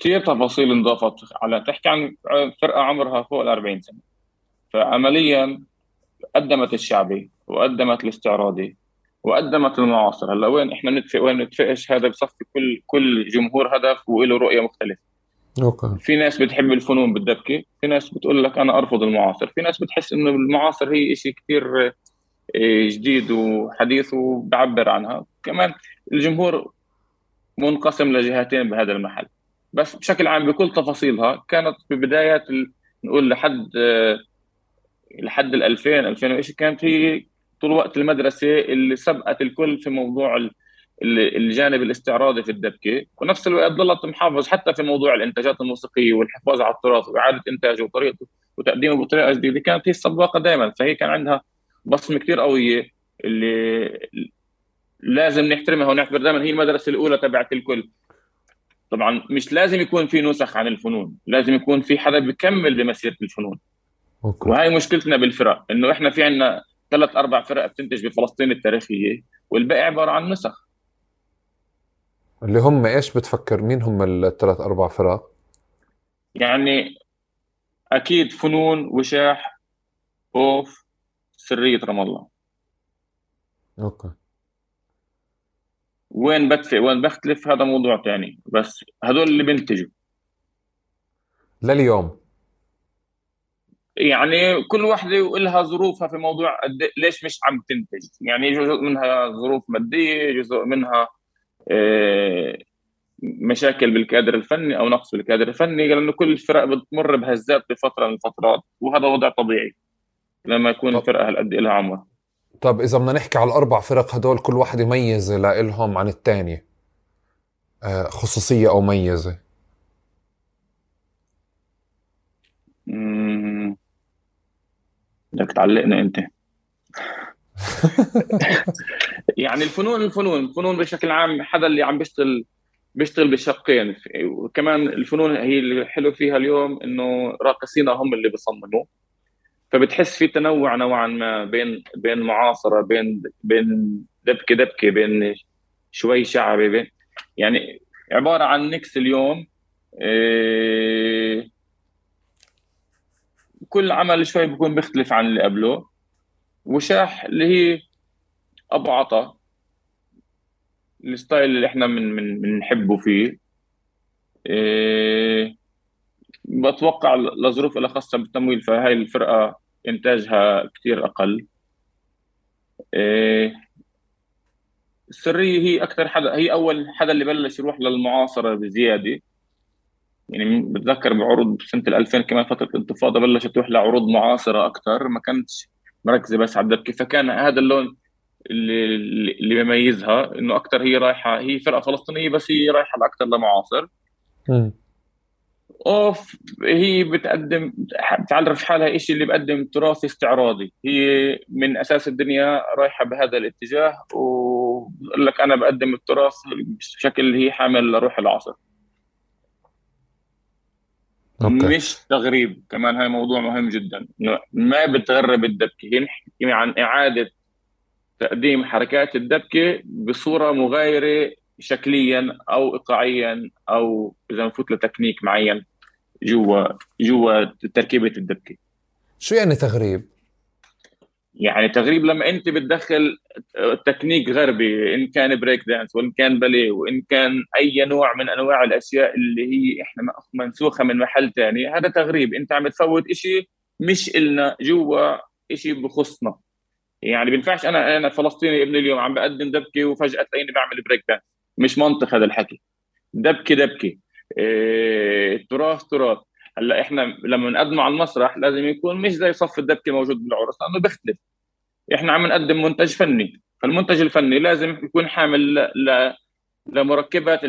Speaker 1: كثير تفاصيل انضافت. على تحكي عن فرقه عمرها فوق ال 40 سنه، فعمليا قدمت الشعبي وقدمت الاستعراضي وقدمت المعاصر. هلا وين احنا نتفق وين نتفقش، هذا بصفي كل جمهور هدف وله رؤيه مختلفه.
Speaker 2: اوكي.
Speaker 1: في ناس بتحب الفنون بالدبكه، في ناس بتقول لك انا ارفض المعاصر، في ناس بتحس انه المعاصر هي شيء كثير جديد وحديث وبعبر عنها كمان. الجمهور منقسم لجهتين بهذا المحل. بس بشكل عام بكل تفاصيلها كانت ببدايات نقول لحد ال 2000 2000 وإيش، كانت هي طول وقت المدرسه اللي سبقت الكل في موضوع الجانب الاستعراضي في الدبكه، ونفس الوقت ظلت محافظ حتى في موضوع الانتاجات الموسيقيه والحفاظ على التراث واعاده انتاجه وطريقته وتقديمه بطريقه جديده. كانت هي السباقه دائما، فهي كان عندها بصمه كثير قويه اللي لازم نحترمها ونعتبر دائما هي المدرسه الاولى تبعت الكل. طبعا مش لازم يكون في نسخ عن الفنون، لازم يكون في حدا بيكمل بمسيره الفنون.
Speaker 2: اوكي.
Speaker 1: وهي مشكلتنا بالفرق، انه احنا في عندنا 3 4 فرق بتنتج بفلسطين التاريخيه والباقي عباره عن نسخ.
Speaker 2: اللي هم ايش بتفكر مين هم الثلاث اربع فرق؟
Speaker 1: يعني اكيد فنون، وشاح، اوف، سريه رام الله.
Speaker 2: اوكي.
Speaker 1: وين بتفق وين بختلف هذا موضوع تاني، بس هدول اللي بينتجوا.
Speaker 2: لليوم.
Speaker 1: يعني كل واحدة ولها ظروفها في موضوع ليش مش عم تنتج. يعني جزء منها ظروف مادية، جزء منها آه، مشاكل بالكادر الفني أو نقص بالكادر الفني، لأنه كل الفرق بتمر بهزات بفترة من الفترات، وهذا وضع طبيعي لما يكون
Speaker 2: طب
Speaker 1: الفرقة هالقد لها عمر.
Speaker 2: طب اذا بدنا نحكي على الاربع فرق هدول كل واحدة ميزة لإلهم عن الثانية، خصوصية او ميزة.
Speaker 1: مم، بدك تعلقنا أنت. يعني الفنون بشكل عام، حدا اللي عم بيشتغل بشقين. وكمان الفنون هي اللي حلو فيها اليوم انه راقصينها هم اللي بيصمموا، فبتحس في تنوع نوعا ما بين معاصره، بين دبكه، بين شوي شعبي، بين يعني عباره عن ميكس اليوم. إيه، كل عمل شوي بيكون بيختلف عن اللي قبله. وشاح اللي هي ابو عطا، الستايل اللي احنا بنحبه فيه. إيه، بتوقع لظروف لها خاصة بالتمويل، فهاي الفرقة إنتاجها كتير أقل. إيه، السرية هي أكثر حدا، هي أول حدا اللي بلش يروح للمعاصرة بزيادة. يعني بتذكر بعروض سنة 2000 كمان فترة الانتفاضة بلشت تروح لعروض معاصرة أكثر، ما كانتش مركزة بس على الدبكة. فكان هذا اللون اللي بيميزها، إنه أكثر هي رايحة، هي فرقة فلسطينية بس هي رايحة أكثر لمعاصر.
Speaker 2: مم.
Speaker 1: اوف هي بتعرف حالها إشي اللي بقدم تراث استعراضي. هي من اساس الدنيا رايحه بهذا الاتجاه، وبقول لك انا بقدم التراث بشكل اللي هي حامل لروح العصر،
Speaker 2: اوكي.
Speaker 1: مش تغريب. كمان هاي موضوع مهم جدا، إنه ما بتغرب الدبكه. هي نحكي عن اعاده تقديم حركات الدبكه بصوره مغايره شكليا او ايقاعيا، او اذا نفوت لتكنيك معين جوا تركيبه الدبكه.
Speaker 2: شو يعني تغريب؟
Speaker 1: يعني تغريب لما انت بتدخل تكنيك غربي، ان كان بريك دانس وان كان باليه وان كان اي نوع من انواع الاشياء اللي هي احنا منسوخه من محل تاني، هذا تغريب. انت عم تفوت إشي مش إلنا جوا، إشي بخصنا. يعني بينفعش انا فلسطيني ابن اليوم عم بقدم دبكه وفجاه تلاقيني بعمل بريك دانس. مش منطق هذا الحكي. دبكه إيه، التراث تراث. هلا احنا لما نقدمه على المسرح لازم يكون مش زي صف الدبكه موجود بالعرس، لانه بيختلف. احنا عم نقدم منتج فني، فالمنتج الفني لازم يكون حامل لمركبات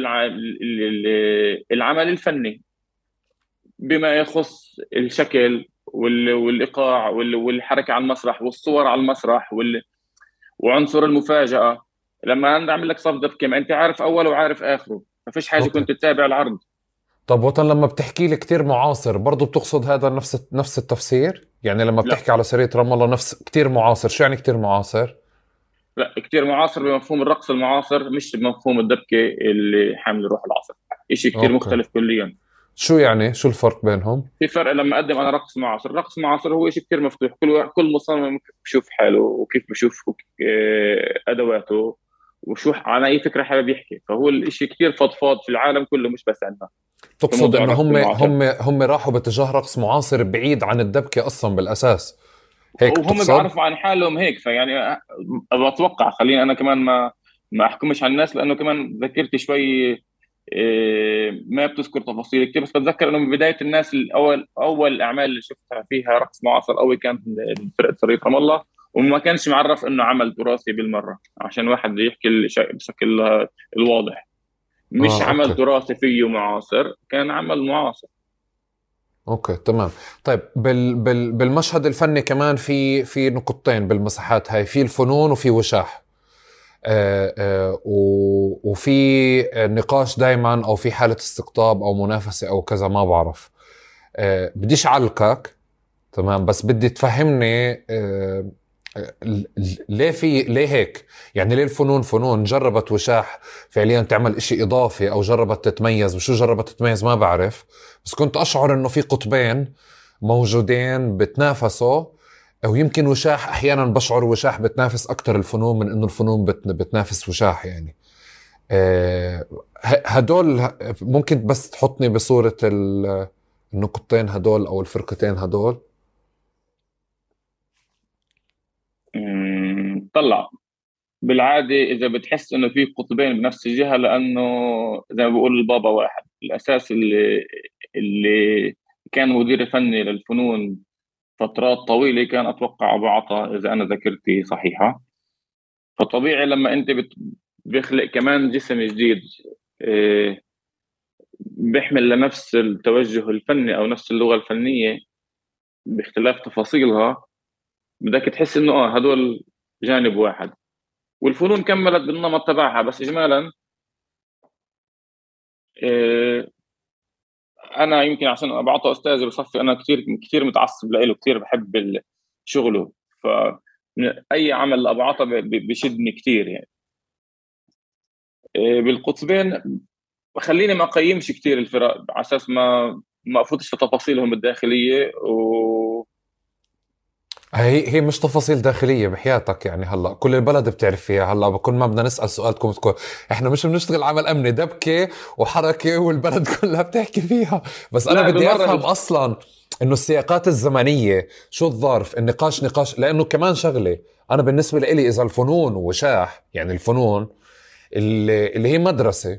Speaker 1: العمل الفني، بما يخص الشكل والايقاع والحركه على المسرح والصور على المسرح وعنصر المفاجاه. لما انا اعمل لك صف دبكه ما انت عارف اوله وعارف اخره، ما فيش حاجه
Speaker 2: اوكي.
Speaker 1: كنت تتابع العرض.
Speaker 2: طب وطن لما بتحكي لي كتير معاصر برضو بتقصد هذا نفس التفسير؟ يعني لما
Speaker 1: لا
Speaker 2: بتحكي على سرية رام الله نفس كتير معاصر، شو يعني كتير معاصر؟
Speaker 1: لا، كثير معاصر بمفهوم الرقص المعاصر، مش بمفهوم الدبكه اللي حامل روح العصر. شيء كثير
Speaker 2: اوكي.
Speaker 1: مختلف كليا.
Speaker 2: شو يعني، شو الفرق بينهم؟
Speaker 1: في فرق لما اقدم انا رقص معاصر. الرقص معاصر هو شيء كثير مفتوح، كل مصمم كيف بشوف حاله وكيف بشوف ادواته وشو عن اي فكره حابب يحكي. فهو الشيء كثير فضفاض في العالم كله مش بس عندنا في
Speaker 2: تقصد
Speaker 1: موضوع
Speaker 2: انه
Speaker 1: الرقص
Speaker 2: هم
Speaker 1: المعاصر.
Speaker 2: هم راحوا باتجاه رقص معاصر بعيد عن الدبكة اصلا بالاساس، هيك
Speaker 1: وهم
Speaker 2: تقصد؟
Speaker 1: بيعرفوا عن حالهم هيك. فيعني بتوقع، خليني انا كمان ما احكمش على الناس لانه كمان ذاكرتي شوي ما بتذكر تفاصيل كثير. بس بتذكر انه من بدايه الناس اول الاعمال اللي شفتها فيها رقص معاصر قوي كانت فرقه سريه رام الله. وما كانش معرف انه عمل تراثي بالمره عشان واحد بده يحكي الشيء بشكل الواضح. مش
Speaker 2: اه
Speaker 1: عمل
Speaker 2: اوكي.
Speaker 1: تراثي فيه معاصر، كان عمل معاصر.
Speaker 2: اوكي تمام. طيب بالمشهد الفني كمان في نقطتين بالمساحات هاي، في الفنون وفي وشاح. وفي نقاش دائما او في حالة استقطاب او منافسة او كذا، ما بعرف. بديش اعلقك، تمام، بس بدي تفهمني ليه هيك؟ يعني ليه الفنون فنون جربت وشاح فعليا تعمل اشي اضافي او جربت تتميز، وشو جربت تتميز ما بعرف، بس كنت اشعر انه في قطبين موجودين بتنافسوا. او يمكن وشاح احيانا بشعر وشاح بتنافس اكتر الفنون من انه الفنون بتنافس وشاح يعني. آه، هدول ممكن بس تحطني بصورة النقطتين هدول او الفرقتين هدول.
Speaker 1: طلع بالعادة إذا بتحس إنه في قطبين بنفس الجهة، لأنه زي ما بقول البابا واحد. الأساس اللي كان مدير فني للفنون فترات طويلة كان أتوقع أبو عطا إذا أنا ذاكرتي صحيحة. فطبيعي لما أنت بيخلق كمان جسم جديد إيه، بيحمل لنفس التوجه الفني أو نفس اللغة الفنية باختلاف تفاصيلها، بدك تحس إنه هدول جانب واحد. والفنون كملت بالنمط تبعها. بس إجمالا إيه، انا يمكن عشان بعطى استاذي بصفي انا كثير كثير متعصب له، كثير بحب شغله. ف اي عمل لابو عطا بشدني كثير يعني. بالقطبين خليني ما اقيمش كثير الفرق على اساس ما افوتش في تفاصيلهم الداخليه
Speaker 2: هي مش تفاصيل داخلية بحياتك يعني. هلا كل البلد بتعرف فيها. هلا بكل ما بدنا نسأل سؤالكم تكون احنا مش بنشتغل عمل امني، دبكة وحركة والبلد كلها بتحكي فيها. بس انا
Speaker 1: لا
Speaker 2: بدي
Speaker 1: بالمره
Speaker 2: افهم اصلا انه السياقات الزمنية شو الظرف، النقاش نقاش. لانه كمان شغلة، انا بالنسبة لي اذا الفنون وشاح، يعني الفنون اللي هي مدرسة،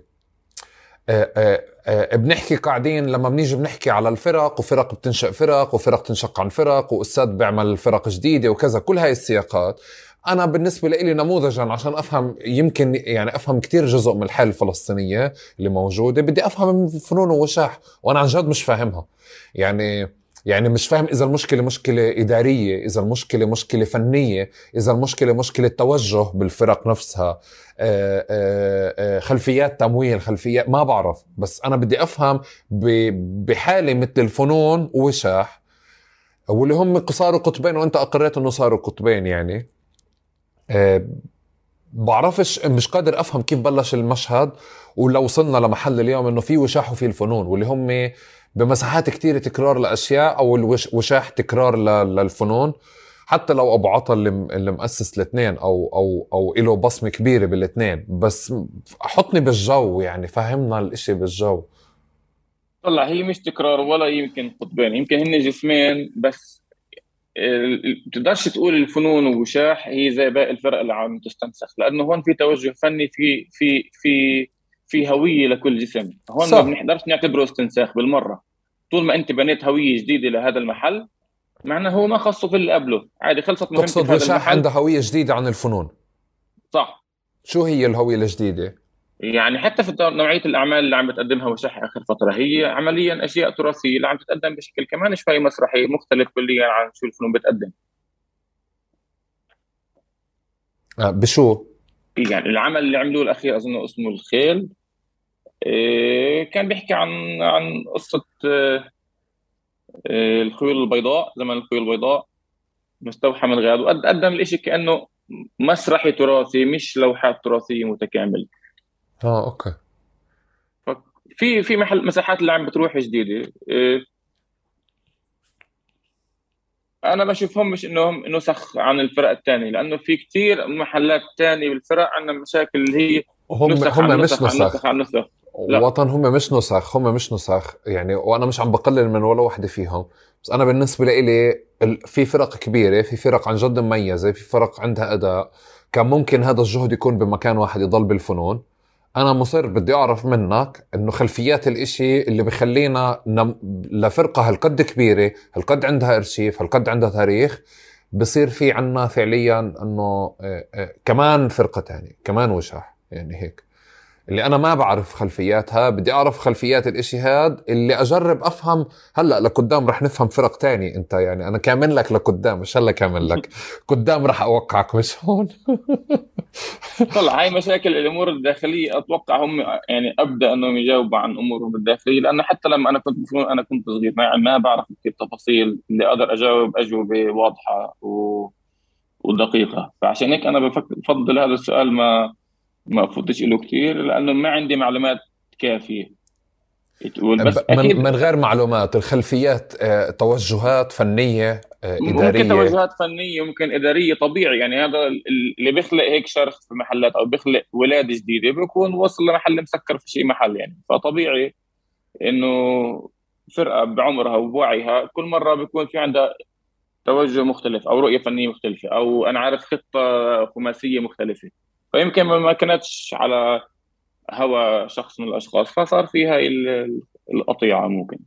Speaker 2: بنحكي قاعدين لما بنيجي بنحكي على الفرق، وفرق بتنشأ فرق، وفرق تنشق عن فرق، وأستاذ بيعمل فرق جديدة وكذا، كل هاي السياقات. أنا بالنسبة لي نموذجا عشان أفهم، يمكن يعني أفهم كتير جزء من الحالة الفلسطينية اللي موجودة، بدي أفهم الفنون ووشاح، وأنا عن جد مش فاهمها. يعني مش فاهم إذا المشكلة مشكلة إدارية، إذا المشكلة مشكلة فنية، إذا المشكلة مشكلة توجه بالفرق نفسها، خلفيات تمويل، خلفيات ما بعرف. بس أنا بدي أفهم بحالة مثل الفنون ووشاح، واللي هم صاروا قطبين وأنت أقريت أنه صاروا قطبين يعني. أه بعرفش، مش قادر أفهم كيف بلش المشهد ولو وصلنا لمحل اليوم أنه في وشاح وفي الفنون، واللي هم بمساحات كتير تكرار لأشياء، أو الوشاح تكرار للفنون. حتى لو ابو عطا اللي مؤسس الاثنين او له بصمه كبيره بالاثنين، بس حطني بالجو يعني، فهمنا الاشي بالجو.
Speaker 1: طلع هي مش تكرار ولا يمكن قطبين، يمكن هن جسمين بس. بتقدرش تقول الفنون وشاح هي زي باقي الفرق اللي عم تستنسخ، لانه هون في توجه فني، في هويه لكل جسم. هون ما
Speaker 2: صح.
Speaker 1: بنقدرش نعتبره استنساخ بالمره. طول ما انت بنيت هويه جديده لهذا المحل، معناه هو ما خصه في اللي قبله، عادي خلصت مهمتي
Speaker 2: تقصد
Speaker 1: في هذا
Speaker 2: وشاح
Speaker 1: المحل.
Speaker 2: عنده هويه جديده عن الفنون؟
Speaker 1: صح.
Speaker 2: شو هي الهويه الجديده؟
Speaker 1: يعني حتى في نوعيه الاعمال اللي عم بتقدمها وشاح اخر فتره هي عمليا اشياء تراثيه اللي عم تتقدم بشكل كمان شوي مسرحي مختلف كليا عن شو الفنون بتقدم.
Speaker 2: بشو؟
Speaker 1: يعني العمل اللي عملوه الاخير اظن اسمه الخيل. كان بيحكي عن قصة الخيول البيضاء، زمن الخيول البيضاء، مستوحى من غاد. وقدم الإشي كأنه مسرحي تراثي مش لوحات تراثية متكامل.
Speaker 2: اه اوكي.
Speaker 1: في محل مساحات اللي عم بتروح جديده، انا بشوفهم مش انهم نسخ عن الفرق الثانيه، لانه في كتير محلات ثانيه بالفرق عندنا مشاكل اللي هي نسخ
Speaker 2: هم
Speaker 1: عن
Speaker 2: مش
Speaker 1: نسخ عن
Speaker 2: نسخ.
Speaker 1: نسخ عن نسخ. لا.
Speaker 2: وطن هم مش نسخ، هم مش نسخ يعني، وانا مش عم بقلل من ولا وحده فيهم. بس انا بالنسبه لي في فرق كبيره، في فرق عن جد مميزه، في فرق عندها اداء. كان ممكن هذا الجهد يكون بمكان واحد يضل بالفنون. انا مصر بدي اعرف منك انه خلفيات الاشي اللي بخلينا لفرقه هالقد كبيره، هالقد عندها ارشيف، هالقد عندها تاريخ، بصير في عنا فعليا انه كمان فرقه تانية، كمان وشاح يعني هيك. اللي انا ما بعرف خلفياتها بدي اعرف خلفيات الاشي هاد، اللي اجرب افهم. هلا لقدام رح نفهم فرق تاني. انت يعني انا كامل لك لقدام، مش هلا كامل لك قدام، رح اوقعك مش هون.
Speaker 1: طلع هاي مشاكل الامور الداخليه، اتوقع هم يعني ابدا انهم يجاوبوا عن امورهم الداخليه، لانه حتى لما انا كنت بفهم انا كنت صغير ما بعرف كثير تفاصيل اللي اقدر اجاوب اجوبه واضحه ودقيقه. فعشان هيك انا بفضل هذا السؤال ما افوتش له كثير، لانه ما عندي معلومات كافيه تقول. بس اكيد
Speaker 2: من غير معلومات الخلفيات، توجهات فنية،
Speaker 1: ممكن
Speaker 2: إدارية.
Speaker 1: توجهات فنيه، ممكن اداريه، طبيعي يعني. هذا اللي بيخلق هيك شرخ في محلات او بيخلق ولاده جديده بيكون وصل لمحل مسكر في شيء محل يعني. فطبيعي انه فرقه بعمرها وبوعيها كل مره بيكون في عندها توجه مختلف او رؤيه فنيه مختلفه، او انا عارف خطه خماسيه مختلفه. فيمكن ما كانتش على هوى شخص من الاشخاص، فصار في هاي القطيعه ممكن.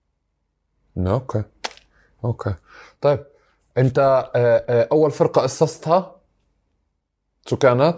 Speaker 2: أوكي. أوكي. طيب، أنت أول فرقة أسستها شو كانت؟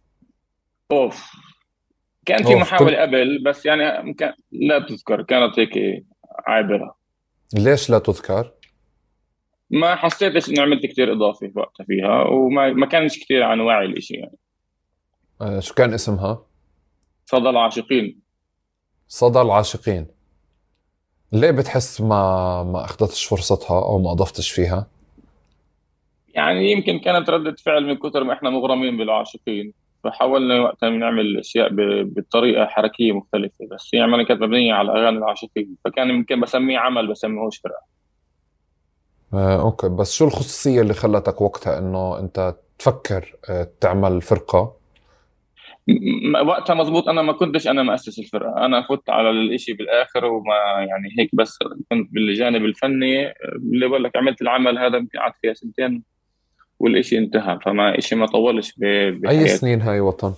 Speaker 1: اوف، كان في
Speaker 2: أوف، كنت.
Speaker 1: محاوله قبل بس يعني ممكن لا تذكر، كانت هيك عابره.
Speaker 2: ليش لا تذكر؟
Speaker 1: ما حسيتش اني عملت كتير اضافه وقتها فيها، وما ما كانش كتير عن وعي الاشي يعني.
Speaker 2: شو كان اسمها؟
Speaker 1: صدى العاشقين.
Speaker 2: صدى العاشقين. ليه بتحس ما أخذتش فرصتها أو ما أضفتش فيها؟
Speaker 1: يعني يمكن كانت ردة فعل من كثر ما احنا مغرمين بالعاشقين، فحاولنا وقتها نعمل اشياء بطريقه حركيه مختلفه، بس هي عملنا كانت مبنيه على اغاني العاشقين، فكان يمكن بسميه عمل بسميهوش فرقه.
Speaker 2: أوكي. بس شو الخصوصية اللي خلتك وقتها إنه أنت تفكر تعمل فرقة؟
Speaker 1: وقتها مزبوط، انا ما كنتش انا مؤسس الفرقه، انا فت على الاشي بالاخر وما يعني هيك، بس كنت بالجانب الفني اللي بقول لك عملت العمل هذا يمكن قعدت فيها سنتين والإشي انتهى، فما إشي ما طولش
Speaker 2: أي
Speaker 1: بحياتي.
Speaker 2: سنين هاي وطن؟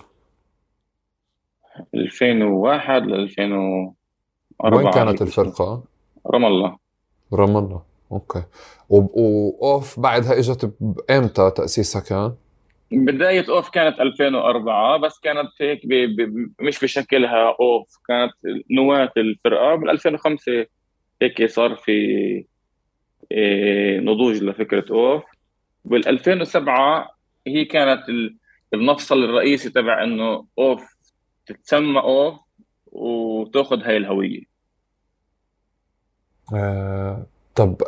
Speaker 1: 2001 ل
Speaker 2: وين
Speaker 1: 2004
Speaker 2: كانت
Speaker 1: هيك شيء.
Speaker 2: الفرقة؟
Speaker 1: رام الله.
Speaker 2: رام الله. اوكي. واوف بعدها اجت امتى تأسيسها كان؟
Speaker 1: بداية أوف كانت 2004، بس كانت هيك مش بشكلها أوف، كانت نواة الفرقة. بال 2005 هيك صار في نضوج لفكرة أوف. بال 2007 هي كانت المفصل الرئيسي تبع إنه أوف تتسمى أوف وتاخذ هاي الهوية.
Speaker 2: طب،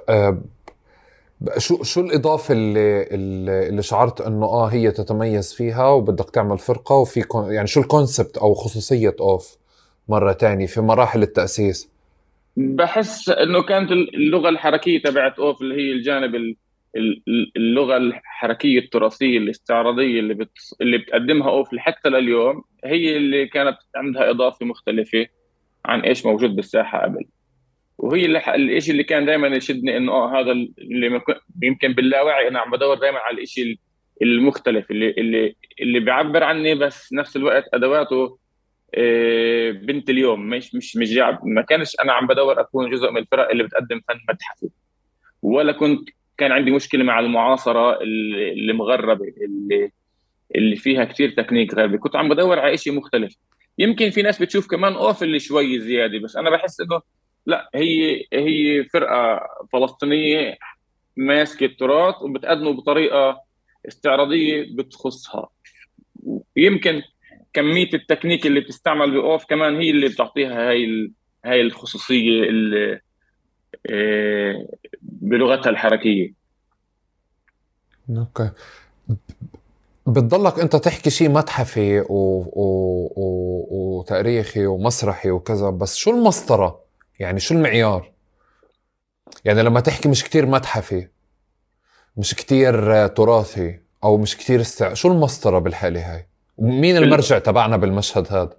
Speaker 2: شو الإضافة اللي شعرت انه هي تتميز فيها وبدك تعمل فرقة، وفي يعني شو الكونسبت او خصوصية اوف مرة تانية في مراحل التأسيس؟
Speaker 1: بحس انه كانت اللغه الحركيه تبعت اوف اللي هي الجانب اللغه الحركيه التراثيه الاستعراضيه اللي بتقدمها اوف حتى لليوم، هي اللي كانت عندها اضافه مختلفه عن ايش موجود بالساحه قبل. وهي الشيء اللي كان دائما يشدني انه هذا اللي يمكن باللاوعي انا عم بدور دائما على الشيء المختلف اللي بيعبر عني، بس نفس الوقت ادواته بنت اليوم. مش جاي، ما كانش انا عم بدور اكون جزء من الفرق اللي بتقدم فن متحفي، ولا كان عندي مشكله مع المعاصره اللي مغربه اللي فيها كتير تكنيك غربي. كنت عم بدور على شيء مختلف. يمكن في ناس بتشوف كمان اوف اللي شوي زياده، بس انا بحس انه لا، هي فرقه فلسطينيه ماسكه التراث وبتقدمه بطريقه استعراضيه بتخصها. يمكن كميه التكنيك اللي بتستعمل باوف كمان هي اللي بتعطيها هاي الخصوصيه اللي بلغتها الحركيه.
Speaker 2: اوكي. بتضلك انت تحكي شيء متحفي وتاريخي ومسرحي وكذا، بس شو المسطرة؟ يعني شو المعيار؟ يعني لما تحكي مش كتير متحفي، مش كتير تراثي، او مش كتير شو المسطرة بالحالة هاي؟ مين
Speaker 1: بال...
Speaker 2: المرجع تبعنا بالمشهد هذا؟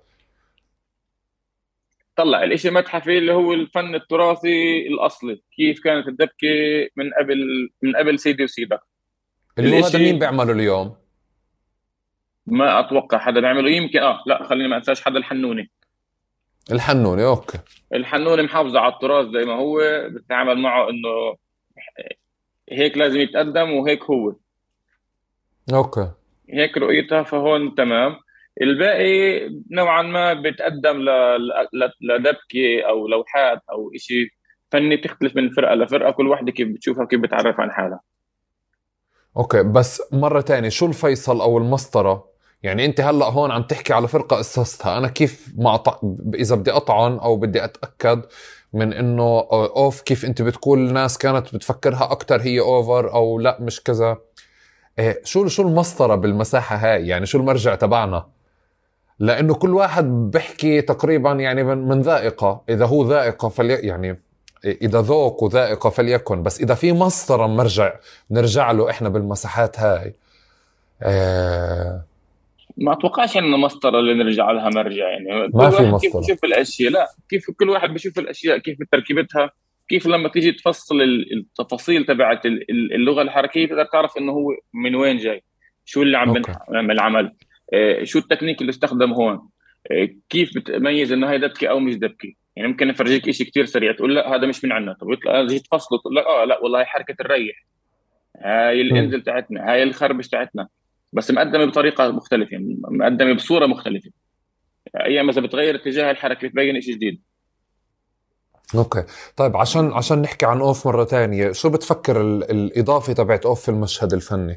Speaker 1: طلع الاشي متحفي اللي هو الفن التراثي الاصلي، كيف كانت الدبكه من قبل سيدي وسيدك.
Speaker 2: اللي هو هذا مين
Speaker 1: الاشي
Speaker 2: بيعمله اليوم؟
Speaker 1: ما اتوقع حدا بيعمله، يمكن لا خليني ما انساش حدا، الحنوني.
Speaker 2: الحنوني، اوكي.
Speaker 1: الحنوني محافظة على التراث زي ما هو، بتتعامل معه انه هيك لازم يتقدم وهيك هو،
Speaker 2: اوكي.
Speaker 1: هيك رؤيتها، فهون تمام. الباقي نوعا ما بتقدم لدبكة او لوحات او إشي فني، تختلف من فرقة لفرقة، كل واحدة كيف بتشوفها كيف بتعرف عن حالها.
Speaker 2: اوكي، بس مرة تانية، شو الفيصل او المسطرة؟ يعني انت هلأ هون عم تحكي على فرقة اسستها، انا كيف ما اذا بدي اطعن او بدي اتأكد من انه اوف، كيف انت بتقول الناس كانت بتفكرها اكتر هي اوفر او لا مش كذا؟ إيه، شو المسطرة بالمساحة هاي؟ يعني شو المرجع تبعنا؟ لانه كل واحد بيحكي تقريبا يعني من ذائقة، اذا هو ذائقة يعني اذا ذوق وذائقة فليكن، بس اذا في مسطرة مرجع نرجع له احنا بالمساحات هاي. آه.
Speaker 1: ما اتوقعش انه مسطره اللي نرجع لها مرجع، يعني
Speaker 2: ما
Speaker 1: كل
Speaker 2: في
Speaker 1: واحد كيف
Speaker 2: مسطرة.
Speaker 1: بشوف الاشياء، لا كيف كل واحد بشوف الاشياء كيف تركيبتها، كيف لما تيجي تفصل التفاصيل تبعت اللغه الحركيه تقدر تعرف انه هو من وين جاي، شو اللي عم
Speaker 2: اوكي.
Speaker 1: بنعمل عمل، شو التكنيك اللي استخدم هون، كيف بتميز انه هاي دبكه او مش دبكه. يعني ممكن افرجيك شيء كثير سريع تقول لا هذا مش من عندنا، طب يطلع تيجي تفصله تقول لك اه لا والله هاي حركه الريح، هاي
Speaker 2: مم.
Speaker 1: الانزل تاعتنا، هاي الخربش تاعتنا، بس مقدمه بطريقه مختلفه، يعني مقدمه بصوره مختلفه. ايام اذا بتغير اتجاه الحركه بتبين شيء جديد.
Speaker 2: اوكي. طيب، عشان نحكي عن اوف مرة تانية، شو بتفكر الاضافة تبعت اوف في المشهد الفني؟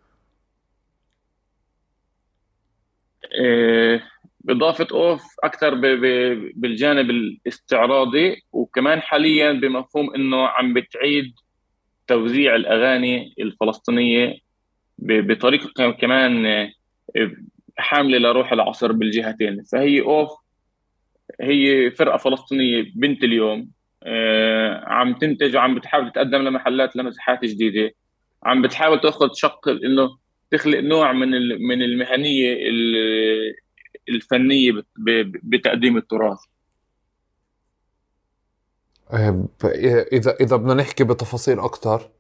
Speaker 1: اضافه اوف اكثر بالجانب الاستعراضي، وكمان حاليا بمفهوم انه عم بتعيد توزيع الاغاني الفلسطينيه بطريقه كمان حامله لروح العصر بالجهتين. فهي اوف هي فرقة فلسطينية بنت اليوم، عم تنتج وعم بتحاول تقدم لمحلات لمساحات جديدة، عم بتحاول تاخذ شق انه تخلق نوع من المهنية الفنية بتقديم التراث.
Speaker 2: اذا بدنا نحكي بتفاصيل اكتر.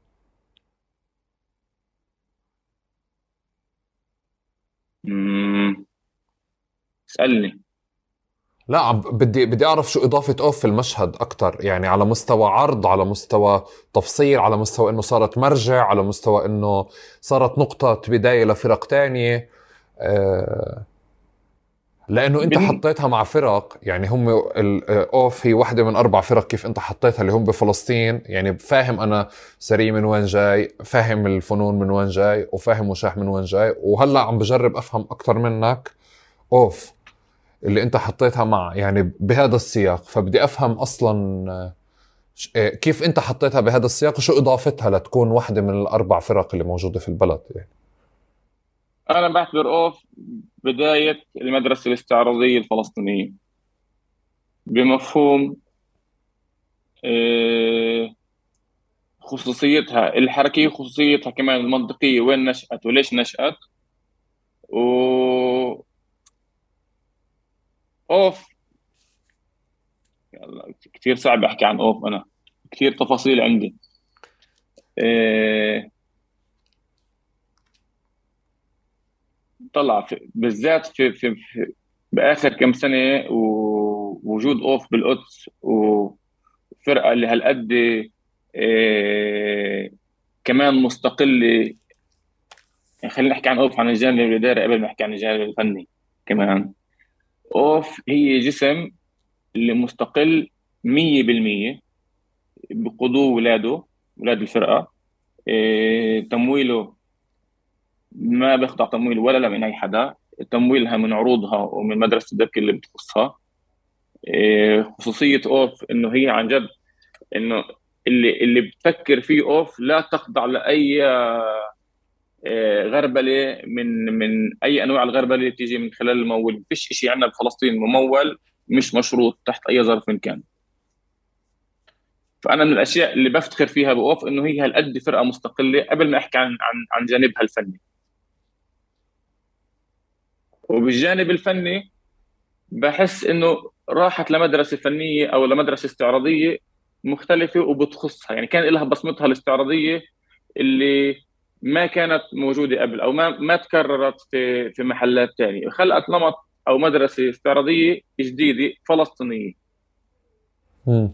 Speaker 1: مم، اسألني.
Speaker 2: لا، بدي اعرف شو اضافة اوف في المشهد اكتر، يعني على مستوى عرض، على مستوى تفصيل، على مستوى انه صارت مرجع، على مستوى انه صارت نقطة بداية لفرق تانية. آه، لانه انت
Speaker 1: بن...
Speaker 2: حطيتها مع فرق، يعني هم اوف هي واحدة من 4 فرق كيف انت حطيتها اللي هم بفلسطين، يعني فاهم انا سري من وين جاي، فاهم الفنون من وين جاي، وفاهم وشاح من وين جاي، وهلا عم بجرب افهم اكتر منك اوف اللي انت حطيتها مع يعني بهذا السياق، فبدي افهم اصلا كيف انت حطيتها بهذا السياق، وشو اضافتها لتكون واحدة من ال4 فرق اللي موجودة في البلد يعني.
Speaker 1: انا بعتبر اوف بداية المدرسة الاستعراضية الفلسطينية، بمفهوم آه، خصوصيتها الحركية، وخصوصيتها كمان المنطقية، وين نشأت وليش نشأت. و اوف يلا كثير صعب احكي عن اوف، انا كثير تفاصيل عندي. إيه... طلع بالذات باخر كم سنة، ووجود اوف بالقدس وفرقة اللي هالقد إيه... كمان مستقلة. يعني خلينا نحكي عن اوف عن الجانب الإداري قبل ما نحكي عن الجانب الفني. كمان اوف هي جسم اللي مستقل 100% بقضوه ولاده، ولاد الفرقة. تمويله ما بيخضع تمويل ولا لا من أي حدا، تمويلها من عروضها ومن مدرسة الدبكة اللي بتخصها. خصوصية أوف إنه هي عن جد إنه اللي بتفكر فيه أوف لا تخضع لأي غربله من اي انواع الغربله اللي بتيجي من خلال الممول. فيش شيء عندنا بفلسطين ممول مش مشروط تحت اي ظرف من كان. فانا من الاشياء اللي بفتخر فيها بوقف انه هي هالقد فرقه مستقله قبل ما احكي عن جانبها الفني. وبالجانب الفني بحس انه راحت لمدرسه فنيه او لمدرسه استعراضيه مختلفه وبتخصها، يعني كان لها بصمتها الاستعراضيه اللي ما كانت موجوده قبل، او ما تكررت في محلات ثانيه، خلقت نمط او مدرسه استعراضيه جديده فلسطينيه.
Speaker 2: مم.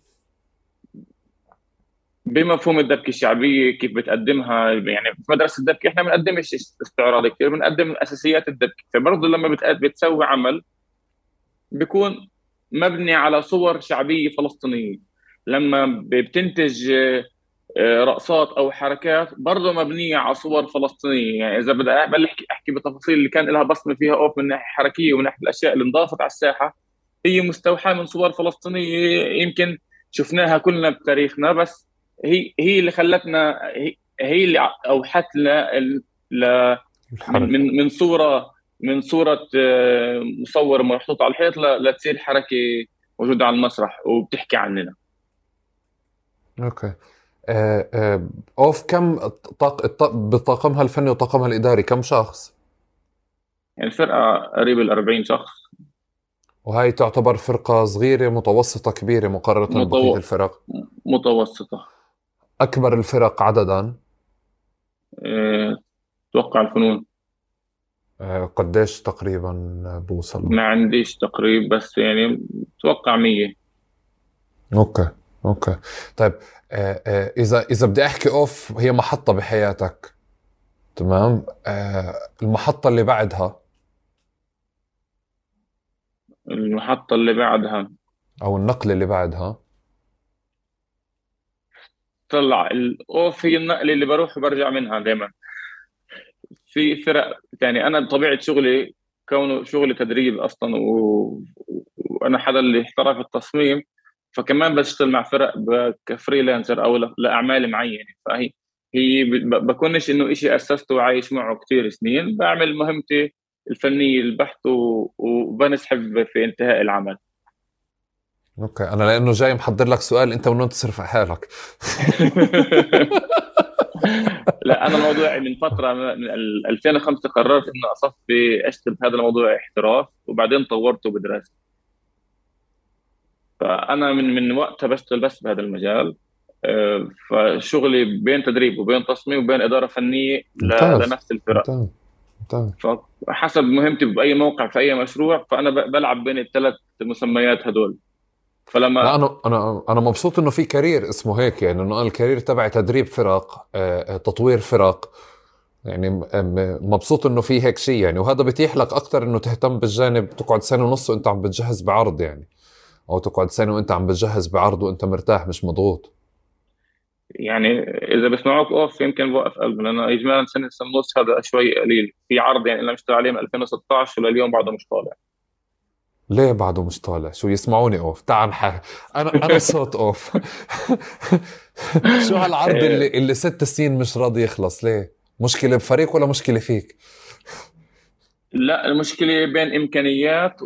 Speaker 1: بمفهوم الدبكه الشعبيه كيف بتقدمها، يعني في مدرسه الدبكه احنا بنقدمش استعراضي كثير، بنقدم اساسيات الدبكه. فبرضه لما بتسوي عمل بيكون مبني على صور شعبيه فلسطينيه، لما بتنتج رقصات او حركات برضه مبنيه على صور فلسطينيه. يعني اذا بدي احكي بتفاصيل اللي كان لها بصمه فيها اوف من ناحيه حركيه ومن ناحيه الاشياء اللي انضافت على الساحه، هي مستوحاه من صور فلسطينيه يمكن شفناها كلنا بتاريخنا، بس هي اللي خلتنا، هي اللي اوحت لنا
Speaker 2: الحركة.
Speaker 1: من صوره، من صوره مصور محطوط على الحيط لتصير حركه موجوده على المسرح وبتحكي عننا.
Speaker 2: اوكي. اوف كم بطاقمها الفني وطاقمها الاداري كم شخص؟
Speaker 1: يعني الفرقه قريب ال 40 شخص.
Speaker 2: وهي تعتبر فرقة صغيرة متوسطة كبيرة مقارنة ببقية
Speaker 1: متو...
Speaker 2: الفرق؟
Speaker 1: متوسطه.
Speaker 2: أكبر الفرق عددا؟
Speaker 1: أه... اتوقع الفنون.
Speaker 2: قديش تقريبا بوصلوا؟
Speaker 1: ما عنديش تقريب بس يعني اتوقع 100.
Speaker 2: اوكي. اوكي. طيب، إذا بدي أحكي أوف هي محطة بحياتك، تمام، المحطة اللي بعدها
Speaker 1: المحطه اللي بعدها
Speaker 2: أو النقلة اللي بعدها؟
Speaker 1: طلع الاوف هي النقله اللي بروح وبرجع منها دائما. في فرق، يعني انا بطبيعه شغلي كونه شغلي تدريب اصلا وانا حدا اللي احترف التصميم، فكمان بشتغل مع فرق كفريلانسر او لاعمال معينه. هي بكونش انه إشي اسسته وعايش معه كثير سنين، بعمل مهمتي الفنيه البحث وبنسحب في انتهاء العمل.
Speaker 2: اوكي. أنا لأنه جاي محضر لك سؤال أنت من وين تصرف على حالك.
Speaker 1: لا انا موضوعي من فتره، من 2005 قررت انه اصفي اشتغل بهذا الموضوع احتراف، وبعدين طورته بدراسه. فانا من وقتها بشتغل بس بهذا المجال. فشغلي بين تدريب وبين تصميم وبين اداره فنيه
Speaker 2: ممتاز.
Speaker 1: لنفس الفرق.
Speaker 2: ممتاز. ممتاز.
Speaker 1: فحسب مهمتي باي موقع في اي مشروع، فانا بلعب بين الثلاث مسميات هدول.
Speaker 2: لا،
Speaker 1: فلما
Speaker 2: انا مبسوط انه في كارير اسمه هيك، يعني انه أنا الكارير تبعي تدريب فرق، تطوير فرق، يعني مبسوط انه في هيك شيء يعني. وهذا بيتيح لك اكثر انه تهتم بالجانب، تقعد سنة ونص وانت عم بتجهز بعرض يعني، او تقعد سنة وانت عم بتجهز بعرض وانت مرتاح مش مضغوط.
Speaker 1: يعني اذا بسمعوك اوف يمكن بوقف قلبي، لانه اجمالا سنه سنه ونص هذا شوي قليل في عرض، يعني انا مشتغل عليه من 2016 ولليوم بعده مش طالع.
Speaker 2: ليه بعده مش طالع؟ شو يسمعوني اوف؟ تعال انا صوت اوف. شو هالعرض اللي 6 سنين مش راضي يخلص؟ ليه؟ مشكلة بفريق ولا مشكلة فيك؟
Speaker 1: لا المشكله بين امكانيات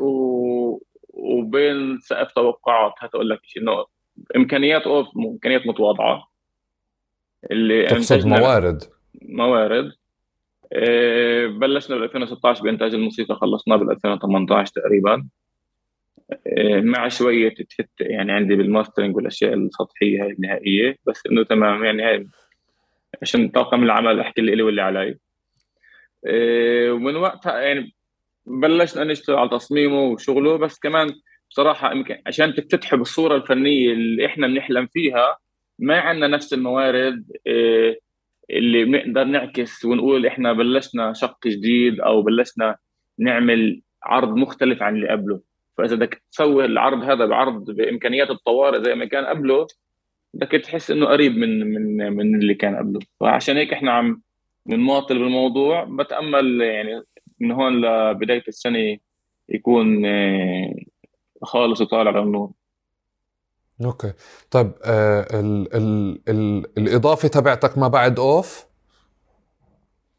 Speaker 1: وبين سقف توقعات. هتقول لك شيء انه امكانيات اوف امكانيات متواضعه اللي
Speaker 2: تقصد
Speaker 1: انتجنا
Speaker 2: موارد؟
Speaker 1: موارد. بلشنا بال 2016 بإنتاج الموسيقى، خلصناه بال 2018 تقريبا. مع شوية تفت يعني عندي بالماسترنج والأشياء السطحية هاي النهائية، بس إنه تمام يعني هاي عشان طاقم العمل أحكي اللي إلي واللي علي. ومن وقتها يعني بلشنا نشتغل على تصميمه وشغله، بس كمان بصراحة يمكن عشان تفتتحه بالصورة الفنية اللي إحنا بنحلم فيها ما عندنا نفس الموارد اللي بنقدر نعكس ونقول احنا بلشنا شق جديد او بلشنا نعمل عرض مختلف عن اللي قبله. فاذا بدك تسوي العرض هذا بعرض بامكانيات الطوارئ زي ما كان قبله، بدك تحس انه قريب من اللي كان قبله. فعشان هيك احنا عم بنماطل بالموضوع. بتامل يعني من هون لبدايه السنه يكون خالص وطالع للنور.
Speaker 2: اوكي. طيب، ال الإضافة تبعتك ما بعد اوف؟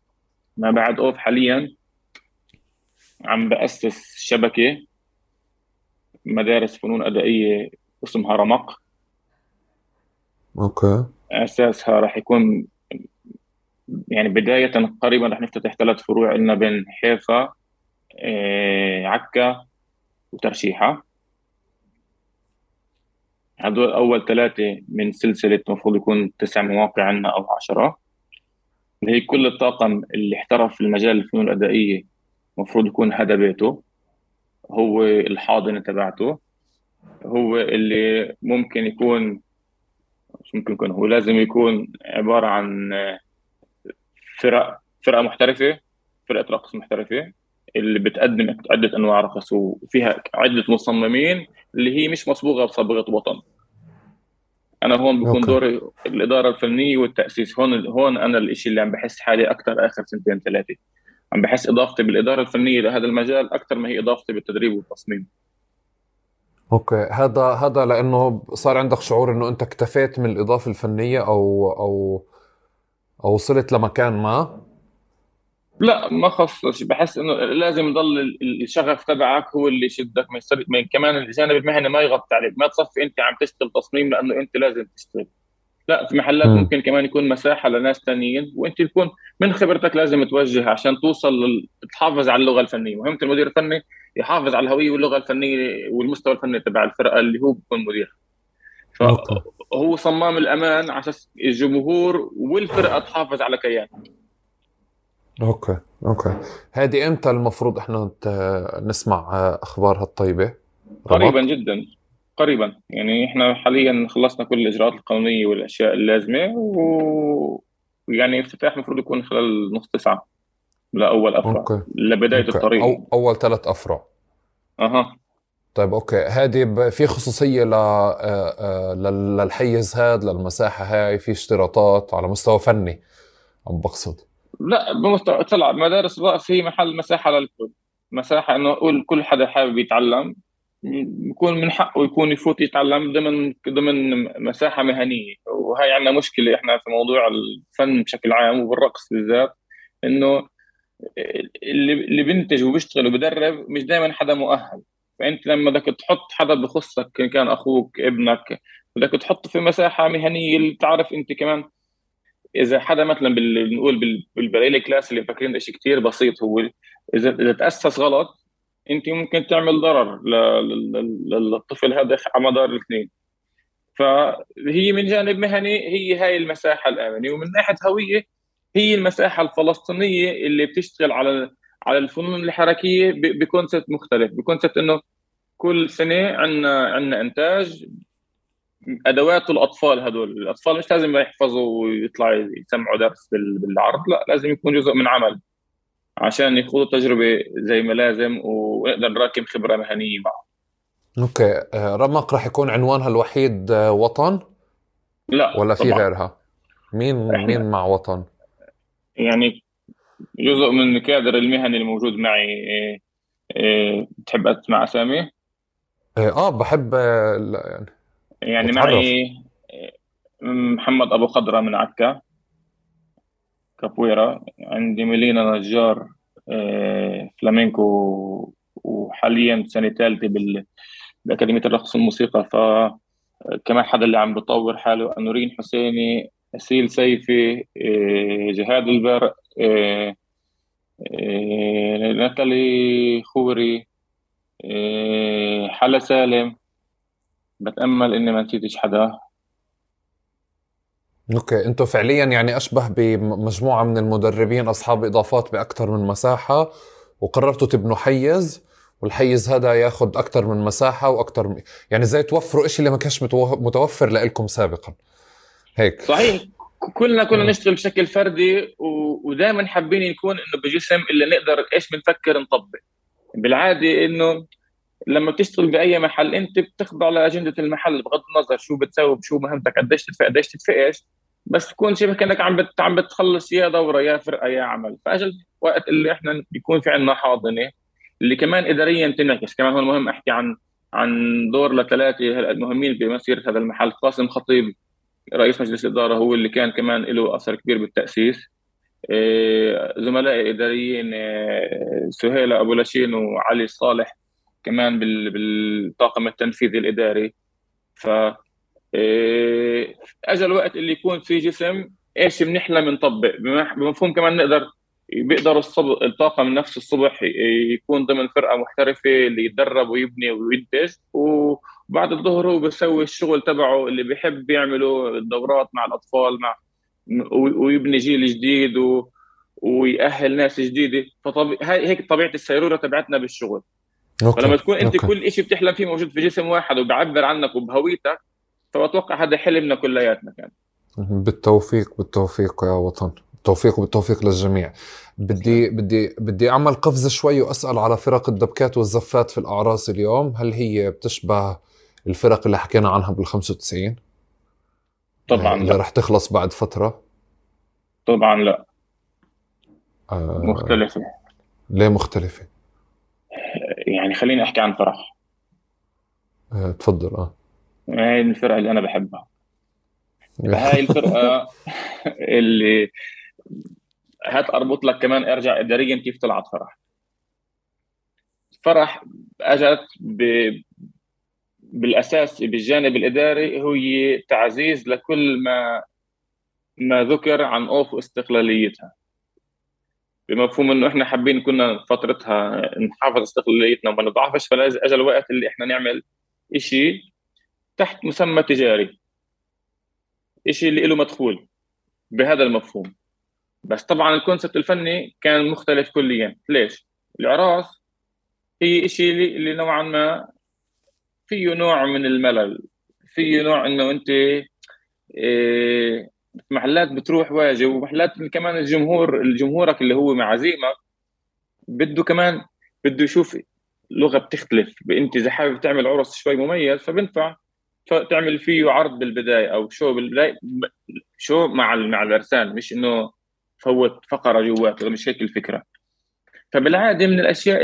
Speaker 1: ما بعد اوف حاليا عم بأسس شبكة مدارس فنون أدائية اسمها رمق.
Speaker 2: اوكي.
Speaker 1: أساسها راح يكون يعني بداية قريبا راح نفتتح 3 فروع لنا بين حيفا، عكا، وترشيحة. هدول أول 3 من سلسلة المفروض يكون 9 مواقع عندنا أو 10، اللي هي كل الطاقم اللي احترف في المجال الفنون الأدائية المفروض يكون هذا بيته، هو الحاضنة تبعته، هو اللي ممكن يكون، مش ممكن يكون، هو لازم يكون عبارة عن فرقة محترفة، فرقة رقص محترفة اللي بتقدم عدة أنواع رقص، وفيها عدة مصممين اللي هي مش مصبوغة بصبغة وطن. أنا هون بكون
Speaker 2: اوكي.
Speaker 1: دوري الإدارة الفنية والتأسيس. هون أنا الإشي اللي عم بحس حالي أكثر آخر 2 3، عم بحس إضافتي بالإدارة الفنية لهذا المجال أكثر ما هي إضافتي بالتدريب والتصميم.
Speaker 2: اوكي، هذا لانه صار عندك شعور انه انت اكتفيت من الاضافه الفنيه، او وصلت لمكان ما.
Speaker 1: لا ما خصش، بحس انه لازم يضل الشغف تبعك هو اللي يشدك، ما يصير كمان الجانب المهني ما يغطي عليك، ما تصفي انت عم تشتغل تصميم لانه انت لازم تشتغل. لا، في محلات
Speaker 2: امم.
Speaker 1: ممكن كمان يكون مساحه لناس تانيين، وانت يكون من خبرتك لازم توجه عشان توصل تحافظ على اللغه الفنيه. مهمه المدير الفني يحافظ على الهويه واللغه الفنيه والمستوى الفني تبع الفرقه اللي هو بيكون مدير.
Speaker 2: اوكي.
Speaker 1: فهو صمام الامان على اساس الجمهور والفرقه تحافظ على كيان.
Speaker 2: اوكي. اوكي. هذه امتى المفروض احنا نسمع اخبار هالطيبه؟
Speaker 1: قريبا
Speaker 2: رمق.
Speaker 1: جدا، قريبا. يعني احنا حاليا خلصنا كل الاجراءات القانونيه والاشياء اللازمه، ويعني افتتاح المفروض يكون خلال نص 9 لاول افرع
Speaker 2: اوكي.
Speaker 1: لبدايه
Speaker 2: اوكي،
Speaker 1: الطريق
Speaker 2: او
Speaker 1: يعني.
Speaker 2: اول 3 افرع.
Speaker 1: اها.
Speaker 2: طيب اوكي، هذه في خصوصيه للحيز هذا، للمساحه هاي، في اشتراطات على مستوى فني عم بقصد؟
Speaker 1: لا بمستوى طلع مدارس الرأس هي محل مساحه للكل، مساحه انه كل حدا حابب يتعلم بيكون من حقه يكون يفوت يتعلم ضمن مساحه مهنيه. وهي عندنا مشكله احنا في موضوع الفن بشكل عام وبالرقص بالذات، انه اللي بينتج وبيشتغل وبدرب مش دائما حدا مؤهل. فانت لما بدك تحط حدا بخصك، إن كان اخوك ابنك، بدك تحطه في مساحه مهنيه اللي تعرف انت كمان. اذا حدا مثلا بنقول بالباليه كلاس اللي فاكرين شيء كثير بسيط، هو اذا تاسس غلط انت ممكن تعمل ضرر للطفل هذا على مدار الاثنين. فهي من جانب مهني هي هاي المساحة الآمنة، ومن ناحية هوية هي المساحة الفلسطينية اللي بتشتغل على الفنون الحركية بكونسبت مختلف، بكونسبت إنه كل سنة عندنا إنتاج أدوات الأطفال. هدول الأطفال مش لازم يحفظوا ويطلعوا يسمعوا درس بالعرض، لا لازم يكون جزء من عمل عشان يخوضوا تجربة زي ما لازم ونقدر نراكم خبرة مهنية معهم.
Speaker 2: اوكي. رمق راح يكون عنوانها الوحيد وطن،
Speaker 1: لا
Speaker 2: ولا في
Speaker 1: طبعا.
Speaker 2: غيرها؟ مين
Speaker 1: احنا
Speaker 2: مين مع وطن؟
Speaker 1: يعني جزء من الكادر المهني الموجود معي. تحب تسمع أسامي؟
Speaker 2: بحب يعني
Speaker 1: يعني
Speaker 2: بتعرف.
Speaker 1: معي محمد أبو خضرة من عكا كابويرا، عندي ميلينا نجار فلامينكو، وحاليا سنة ثالثة بأكاديمية الرقص والموسيقى. فكمان حدا اللي عم بطور حاله نورين حسيني، أسيل سيفي، جهاد البرق، ناتالي خوري، حلا سالم. بتأمل إني ما نسيتش حدا.
Speaker 2: اوكي، انتوا فعليا يعني اشبه بمجموعة من المدربين اصحاب اضافات باكثر من مساحة، وقررتوا تبنوا حيز، والحيز هذا ياخذ اكثر من مساحة واكثر يعني زي توفروا اشي اللي ما كانش متوفر لكم سابقا، هيك؟
Speaker 1: صحيح. كلنا نشتغل بشكل فردي، ودائما حابين نكون انه بجسم اللي نقدر ايش بنفكر نطبق. بالعاده انه لما بتشتغل باي محل انت بتخضع لاجنده المحل بغض النظر شو بتسوي، شو مهمتك، قديش تدفع قديش تدفعش. بس تكون شبه كانك عم بتخلص يا دوره يا فرقه يا عمل. فاجل وقت اللي احنا يكون في عندنا حاضنه اللي كمان اداريا تنعكس. كمان هون مهم احكي عن دور ل3 المهمين بمسيره هذا المحل. قاسم خطيب رئيس مجلس الإدارة هو اللي كان كمان له أثر كبير بالتأسيس. زملائي الإداريين سهيلة أبو لاشين وعلي صالح كمان بالطاقم التنفيذي الإداري. ف اجى الوقت اللي يكون في جسم ايش بنحلم نطبق بمفهوم كمان نقدر بيقدر الطاقم نفسه الصبح يكون ضمن فرقه محترفه اللي يتدرب ويبني وينتج، وبعد الظهر هو بيسوي الشغل تبعه اللي بيحب يعمله، الدورات مع الاطفال مع ويبني جيل جديد ويأهل ناس جديده. هاي هيك طبيعه السيروره تبعتنا بالشغل.
Speaker 2: اوكي
Speaker 1: فلما تكون انت
Speaker 2: اوكي.
Speaker 1: كل شيء بتحلم فيه موجود في جسم واحد وبيعبر عنك وبهويتك، فأتوقع هذا حلمنا كلياتنا كان.
Speaker 2: بالتوفيق بالتوفيق يا وطن، بالتوفيق وبالتوفيق للجميع. بدي اعمل قفزة شوي واسأل على فرق الدبكات والزفات في الاعراس اليوم، هل هي بتشبه الفرق اللي حكينا عنها بال95
Speaker 1: طبعا
Speaker 2: اللي
Speaker 1: لا.
Speaker 2: رح تخلص بعد فترة؟
Speaker 1: طبعا لا.
Speaker 2: آه.
Speaker 1: مختلفة.
Speaker 2: ليه مختلفة؟
Speaker 1: يعني خليني أحكي عن فرح.
Speaker 2: تفضل.
Speaker 1: هاي الفرقة اللي أنا بحبها. هاي الفرقة اللي هات أربط لك كمان أرجع إداريا كيف طلعت فرح. فرح أجت بالأساس بالجانب الإداري هي تعزيز لكل ما ذكر عن أوف واستقلاليتها، بمفهوم انه احنا حابين كنا فترتها نحافظ استقلاليتنا وما نضعفش، فلازم اجى الوقت اللي احنا نعمل شيء تحت مسمى تجاري، شيء اللي له مدخول بهذا المفهوم. بس طبعا الكونسبت الفني كان مختلف كليا. ليش؟ العراس هي شيء اللي نوعا ما فيه نوع من الملل، فيه نوع انه انت محلات بتروح واجب، ومحلات كمان جمهورك اللي هو معازيمك بده كمان بده يشوف لغه بتختلف. انت اذا حابب تعمل عرس شوي مميز فبنفع تعمل فيه عرض بالبدايه او شو بالبدايه، شو مع العرسان، مش انه فوت فقره جوات، مش هيك الفكره. فبالعاده من الاشياء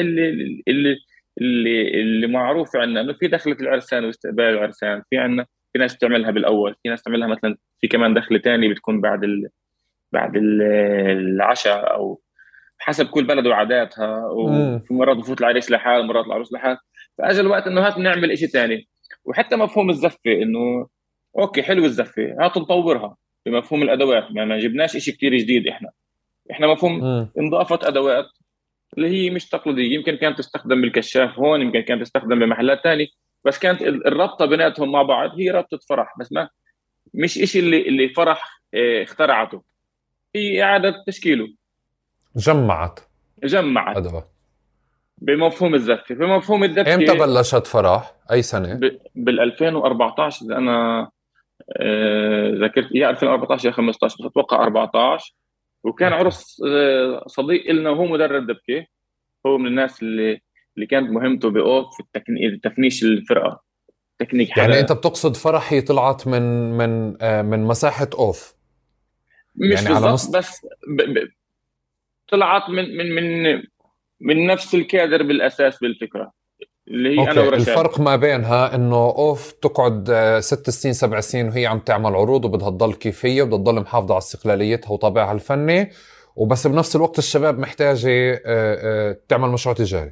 Speaker 1: اللي معروف عندنا انه في دخله العرسان واستقبال العرسان، في عندنا في ناس تعملها بالاول، في ناس تعملها مثلا في كمان دخله ثانيه بتكون بعد العشاء، او حسب كل بلد وعاداتها،
Speaker 2: امم
Speaker 1: وفي مرات بفوت العريس لحال، مرات العروس لحال. فاجى الوقت انه هات نعمل شيء ثاني. وحتى مفهوم الزفه انه اوكي حلو الزفه، هات نطورها بمفهوم الادوات. ما جبناش شيء كثير جديد، احنا مفهوم
Speaker 2: امم
Speaker 1: انضافت ادوات اللي هي مش تقليديه، يمكن كانت تستخدم بالكشاف هون، يمكن كانت تستخدم بمحلات ثانيه، بس كانت الرابطه بيناتهم مع بعض هي رابطه فرح. بس ما مش شيء اللي فرح اخترعته، هي اعاده تشكيله،
Speaker 2: جمعت
Speaker 1: جمعت
Speaker 2: أدوات.
Speaker 1: بمفهوم الزفه. بمفهوم
Speaker 2: امتى
Speaker 1: الدبكه
Speaker 2: بلشت فرح؟ اي سنة؟
Speaker 1: بال 2014 اذا انا ذاكرت، يا 2014 يا 15 بس اتوقع 14. وكان
Speaker 2: اوكي.
Speaker 1: عرس صديق لنا وهو مدرب دبكه، هو من الناس اللي كانت مهمته بأوف في تفنيش الفرقه، تكنيك
Speaker 2: يعني انت
Speaker 1: حدا.
Speaker 2: بتقصد فرح هي طلعت من مساحة اوف،
Speaker 1: مش
Speaker 2: يعني على
Speaker 1: بالضبط، بس طلعت من نفس الكادر بالاساس بالفكره اللي هي انا
Speaker 2: اوكي.
Speaker 1: ورشاد.
Speaker 2: الفرق ما بينها انه اوف تقعد 6 سنين 7 سنين وهي عم تعمل عروض وبدها تضل كيف هي، وبدها تضل محافظة على استقلاليتها وطابعها الفني، وبس بنفس الوقت الشباب محتاجة تعمل مشروع تجاري،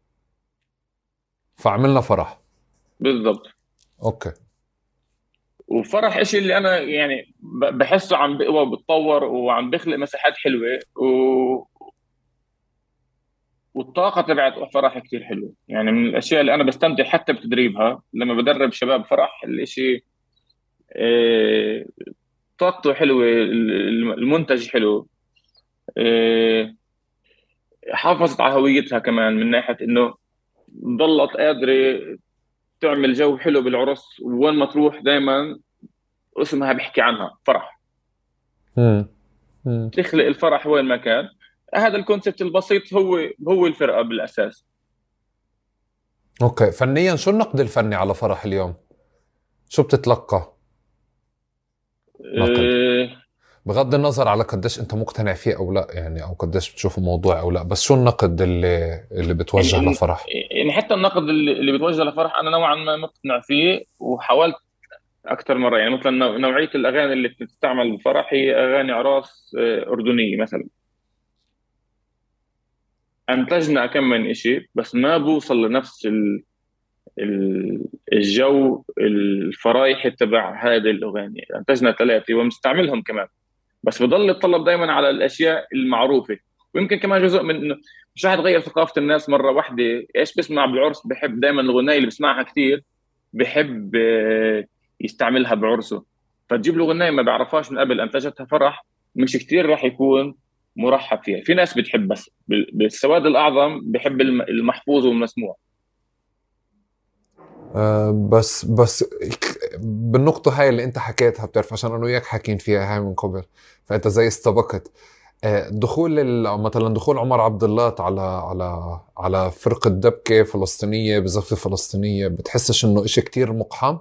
Speaker 2: فعملنا فرح.
Speaker 1: بالضبط.
Speaker 2: اوكي.
Speaker 1: وفرح إشي اللي انا يعني بحسه عم بقوى وبتطور وعم بخلق مساحات حلوه والطاقه تبعت فرح كثير حلوه. يعني من الاشياء اللي انا بستمتع حتى بتدريبها لما بدرب شباب فرح، الاشي آه، طاقته حلوه، المنتج حلو، آه، حافظت على هويتها كمان من ناحيه انه ضلت قادره تعمل جو حلو بالعرس، وين ما تروح دائما اسمها بيحكي عنها فرح،
Speaker 2: مم. مم.
Speaker 1: تخلق الفرح وين ما كان. هذا الكونسبت البسيط هو الفرقه بالاساس.
Speaker 2: اوكي. فنيا شو النقد الفني على فرح اليوم؟ شو بتتلقى نقد؟
Speaker 1: أه
Speaker 2: بغض النظر على قديش انت مقتنع فيه او لا، يعني او قديش بتشوفه موضوع او لا، بس شو النقد اللي بتوجه
Speaker 1: يعني
Speaker 2: لفرح؟
Speaker 1: يعني حتى النقد اللي بيتوجه لفرح انا نوعا ما مقتنع فيه، وحاولت اكثر مره. يعني مثلا نوعيه الاغاني اللي بتستعمل بالفرح هي اغاني اعراس اردنيه مثلا. انتجنا كم من شيء بس ما بوصل لنفس الجو الفرايحي تبع هذه الاغاني. انتجنا ثلاثه وبنستعملهم كمان، بس بضل يتطلب دائما على الاشياء المعروفه. ويمكن كمان جزء من انه مش راح تغير ثقافه الناس مره واحده. ايش بسمع بالعرس بحب دائما الاغنيه اللي بسمعها كثير بحب يستعملها بعرسه. فتجيب له اغنيه ما بيعرفهاش من قبل انتجتها فرح، مش كثير راح يكون مرحب فيها. في ناس بتحب، بس بالسواد الاعظم بحب المحفوظ والمسموع.
Speaker 2: بس بالنقطة هاي اللي انت حكيتها، بتعرف عشان انا وياك حاكين فيها هاي من قبل، فانت زي استبقت. دخول مثلا دخول عمر عبد الله على فرقة دبكة فلسطينية بزفة فلسطينية، بتحسش انه اشي كتير مقحم؟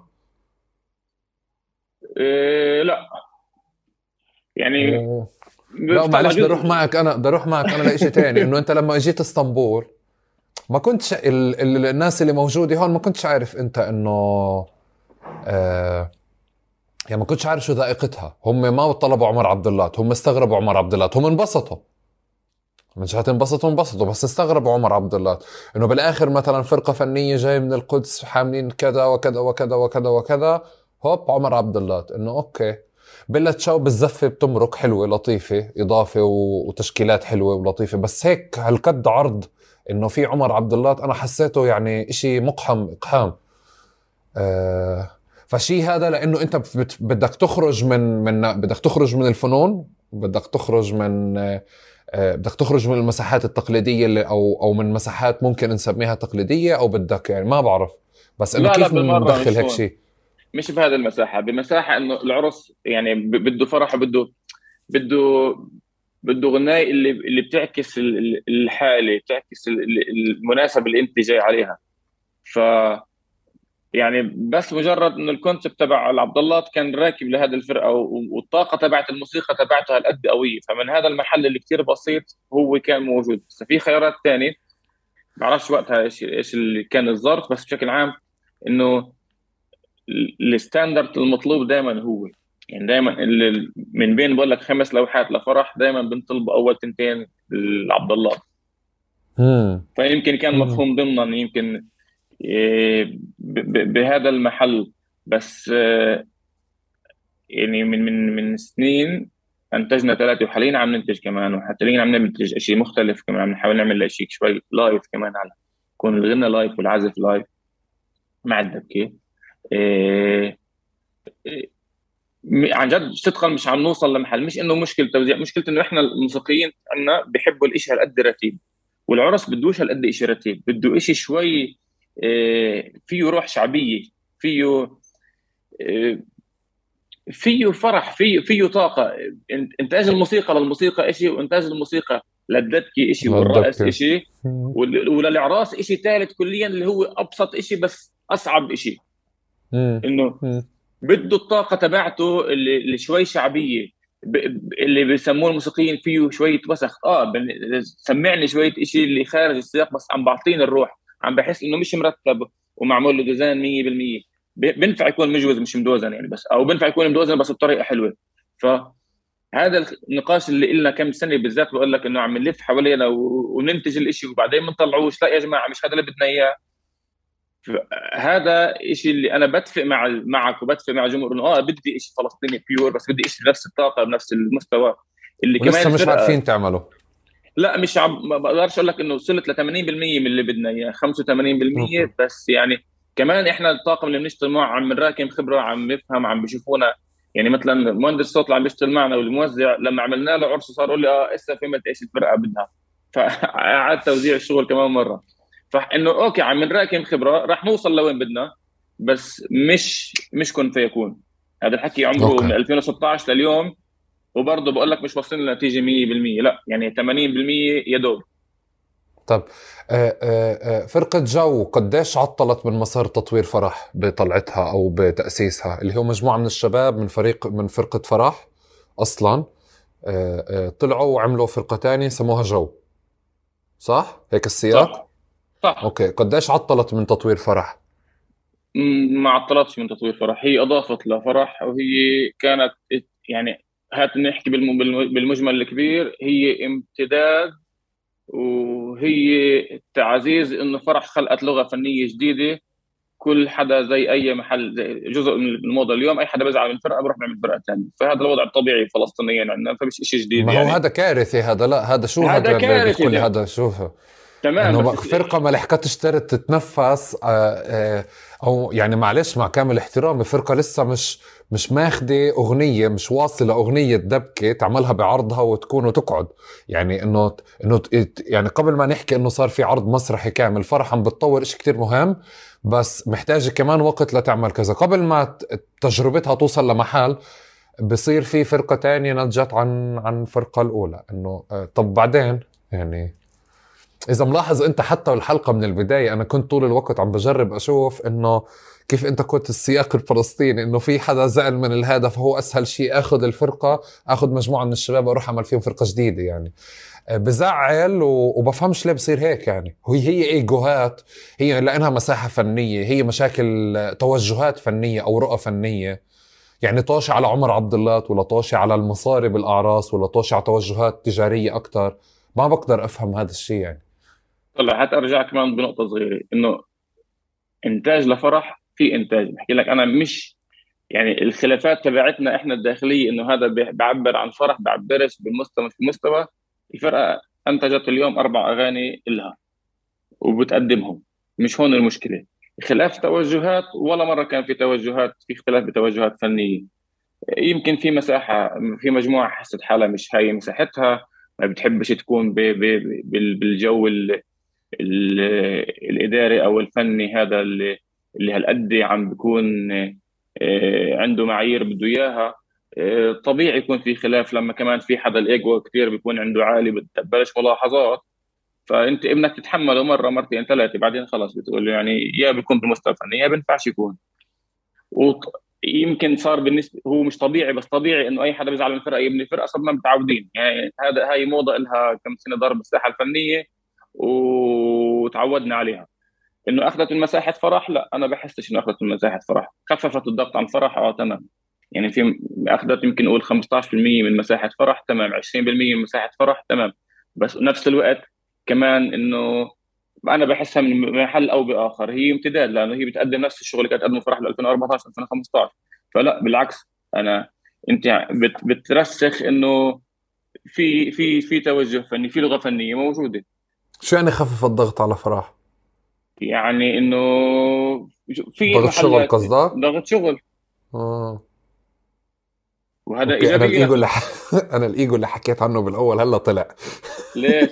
Speaker 1: إيه لا، يعني
Speaker 2: أوه. لا
Speaker 1: بيطلع
Speaker 2: معلش،
Speaker 1: جزء.
Speaker 2: بدي اروح معك انا لإشي تاني. انه انت لما اجيت اسطنبول ما كنتش الناس اللي موجودة هون ما كنتش عارف انت انه آه يعني ما كنتش عارف شو ذائقتها. هم ما طلبوا عمر عبد الله، هم استغربوا عمر عبد الله، هم انبسطوا من جهة انبسطوا بس استغربوا عمر عبد الله. انه بالاخر مثلا فرقة فنية جاي من القدس حاملين كذا وكذا وكذا وكذا وكذا، هوب عمر عبد الله، انه اوكي. بلا شو بالزفة بتمرق حلوة لطيفة، اضافة وتشكيلات حلوة ولطيفة، بس هيك هالقد عرض انه في عمر عبد الله انا حسيته يعني اشي مقحم اقحام. آه فشي هذا لانه انت بدك تخرج بدك تخرج من الفنون، بدك تخرج من بدك تخرج من المساحات التقليدية اللي او من مساحات ممكن نسميها تقليدية، او بدك يعني ما بعرف، بس انه
Speaker 1: لا لا
Speaker 2: كيف
Speaker 1: بالمره
Speaker 2: ندخل
Speaker 1: مش
Speaker 2: هيك
Speaker 1: هون.
Speaker 2: شيء.
Speaker 1: مش بهذه المساحه، بمساحه انه العرس يعني بده فرح، بده بده غناي اللي بتعكس الحاله، بتعكس المناسبه اللي انت جاي عليها. ف يعني بس مجرد انه الكونسبت تبع عبد الله كان راكب لهذه الفرقه، والطاقه تبعت الموسيقى تبعتها هالقد قويه، فمن هذا المحل اللي كتير بسيط هو كان موجود. بس في خيارات ثانيه بعرفش وقتها ايش اللي كان الظرف، بس بشكل عام انه الستاندرد المطلوب دائما هو، يعني دائما من بين بقول لك 5 لوحات لفرح دائما بنطلب اول تنتين لعبد الله.
Speaker 2: امم
Speaker 1: فيمكن كان
Speaker 2: امم
Speaker 1: مفهوم ضمنا، يمكن بهذا المحل. بس يعني من سنين انتجنا ثلاثه، وحاليا عم ننتج كمان، وحاليا عم ننتج شيء مختلف كمان. عم نحاول نعمل شيء شوي لايف كمان، على يكون الغنى لايف والعزف لايف مع الدبكه. إيه، عن جد صدقا مش عم نوصل لمحل. مش انه مشكله توزيع، مشكله انه احنا الموسيقيين عندنا بيحبوا الاشي هالقد رتيب، والعرس بدوش هالقد اشي رتيب، بده اشي شوي فيه روح شعبيه، فيه آه، فيه فرح، فيه طاقه. انتاج الموسيقى للموسيقى اشي، وانتاج الموسيقى للدبكه اشي، والرقص
Speaker 2: الدبكة.
Speaker 1: اشي، وللاعراس اشي ثالث كليا اللي هو ابسط اشي بس اصعب اشي. انه
Speaker 2: امم
Speaker 1: بده الطاقة تبعته اللي شوي شعبية، اللي بيسموه الموسيقيين فيه شوية وسخ. سمعني شوية اشي اللي خارج السياق بس عم بعطيني الروح، عم بحس انه مش مرتب ومعمول له ديزاين 100%. بينفع يكون مجوز مش مدوزن يعني، بس او بينفع يكون مدوزن بس بطريقة حلوة. فهذا النقاش اللي لنا كم سنة بالذات بقول لك انه عم نلف حوالينا وننتج الاشي وبعدين ما نطلعوش. لا يا جماعة، مش هذا اللي بدنا اياه. هذا الشيء اللي انا بتفق معك وبتفق مع الجمهور، انه بدي شيء فلسطيني بيور، بس بدي شيء بنفس الطاقه بنفس المستوى اللي كمان
Speaker 2: ولسه مش
Speaker 1: الفرقه.
Speaker 2: عارفين تعملوا.
Speaker 1: لا مش عم ما بقدرش اقول لك انه وصلت ل 80% من اللي بدنا اياه،
Speaker 2: اوكي.
Speaker 1: 85%. بس يعني كمان احنا الطاقم اللي بنشتغل معه عم نراكم خبره، عم بفهم، عم بيشوفونا. يعني مثلا مهندس الصوت اللي عم بيشتغل معنا والموزع لما عملنا له عرس صار يقول لي اسا فهمت ايش الفرقه بدها. فاعاد توزيع الشغل كمان مره. فانه اوكي عم نراكم خبره، راح نوصل لوين بدنا، بس مش كن فيكون. هذا الحكي عمره من
Speaker 2: اوكي.
Speaker 1: 2016 لليوم، وبرضه بقول لك مش واصلين لنتيجه 100%، لا يعني 80% يا دوب.
Speaker 2: طب فرقة جو قديش عطلت من مسار تطوير فرح بطلعتها أو بتأسيسها، اللي هو مجموعة من الشباب من فرقة فرح أصلا، طلعوا وعملوا فرقة تانية سموها جو، صح؟ هيك السياق؟
Speaker 1: صح صح.
Speaker 2: أوكي. قديش عطلت من تطوير فرح؟
Speaker 1: ما عطلتش من تطوير فرح، هي اضافت لفرح، وهي كانت يعني هات نحكي بالمجمل الكبير، هي امتداد وهي تعزيز انه فرح خلقت لغه فنيه جديده. كل حدا زي اي محل، زي جزء من الموضه اليوم، اي حدا بزعل من فرقه بروح بيعمل فرقه ثانيه، فهذا الوضع الطبيعي فلسطينيا عندنا، فمش شيء جديد
Speaker 2: ما هو
Speaker 1: يعني.
Speaker 2: هذا كارثي هذا، لا هذا شو
Speaker 1: هذا
Speaker 2: هذا اللي
Speaker 1: كارثي
Speaker 2: بتقولي
Speaker 1: ده.
Speaker 2: هذا شو؟
Speaker 1: تمام
Speaker 2: انه
Speaker 1: بس
Speaker 2: فرقه ما لحقتش تتنفس، او يعني معلش مع كامل احترامي، فرقه لسه مش ماخده اغنيه، مش واصله اغنيه دبكه تعملها بعرضها وتكون وتقعد. يعني انه يعني قبل ما نحكي انه صار في عرض مسرحي كامل، فرح عم بتطور اشي كتير مهم، بس محتاجه كمان وقت لتعمل كذا قبل ما تجربتها توصل لمحل بصير في فرقه تانية نتجت عن الفرقه الاولى. انه طب بعدين يعني إذا ملاحظ أنت حتى الحلقة من البداية، أنا كنت طول الوقت عم بجرب أشوف إنه كيف أنت كنت السياق الفلسطيني، إنه في حدا زعل من الهدف، هو أسهل شيء أخذ الفرقة، أخذ مجموعة من الشباب أروح أعمل فيهم فرقة جديدة. يعني بزعل وبفهمش ليه بصير هيك. يعني هي إيجوهات، هي لأنها مساحة فنية، هي مشاكل توجهات فنية أو رؤى فنية. يعني طاشي على عمر عبد الله، ولا طاشي على المصاري بالأعراس، ولا طاشي على توجهات تجارية أكتر. ما بقدر أفهم هذا الشيء يعني.
Speaker 1: طلع هترجع كمان بنقطه صغيره، انه انتاج لفرح في انتاج، بحكي لك انا مش يعني الخلافات تبعتنا احنا الداخليه، انه هذا بيعبر عن فرح، بعبرش بالمستوى مش بمستوى. الفرقه انتجت اليوم 4 اغاني لها وبتقدمهم، مش هون المشكله. خلاف توجهات، ولا مره كان في توجهات، في اختلاف بتوجهات فنيه. يمكن في مساحه، في مجموعه حست حالها مش هاي مساحتها، ما بتحبش تكون بالجو ال- الاداري او الفني هذا اللي هالقد عم بيكون عنده معايير بده اياها. طبيعي يكون في خلاف لما كمان في حدا الايجو كثير بيكون عنده عالي، بتبلش ملاحظات، فانت ابنك تتحمله مره مرتين ثلاثه، بعدين خلاص بتقول له يعني يا بيكون بمستوى فني يا بينفعش يكون. ويمكن صار بالنسبه، هو مش طبيعي بس طبيعي انه اي حدا بيزعل من فرقه يبني فرقه، صرنا متعودين يعني، هاي موضه لها كم سنه ضرب الساحه الفنيه وتعودنا عليها. انه اخذت من مساحه فرح، لا انا بحسش انه اخذت من مساحه فرح، خففت الضغط عن فرح تمام. يعني في اخذت يمكن نقول 15% من مساحه فرح تمام، 20% من مساحه فرح تمام. بس نفس الوقت كمان انه انا بحسها من محل او باخر هي امتداد، لانه هي بتقدم نفس الشغل اللي كانت تقدمه فرح ب 2014 2015. فلا بالعكس، انا انت بترسخ انه في توجه فني، في لغه فنيه موجوده.
Speaker 2: شو يعني خفف الضغط على فراح؟
Speaker 1: يعني انه في
Speaker 2: ضغط شغل
Speaker 1: محلات
Speaker 2: قصدك؟
Speaker 1: ضغط شغل،
Speaker 2: آه.
Speaker 1: وهذا
Speaker 2: اوكي، انا
Speaker 1: ايجابيات.
Speaker 2: الايجو انا الايجو اللي حكيت عنه بالاول هلا طلع.
Speaker 1: ليش؟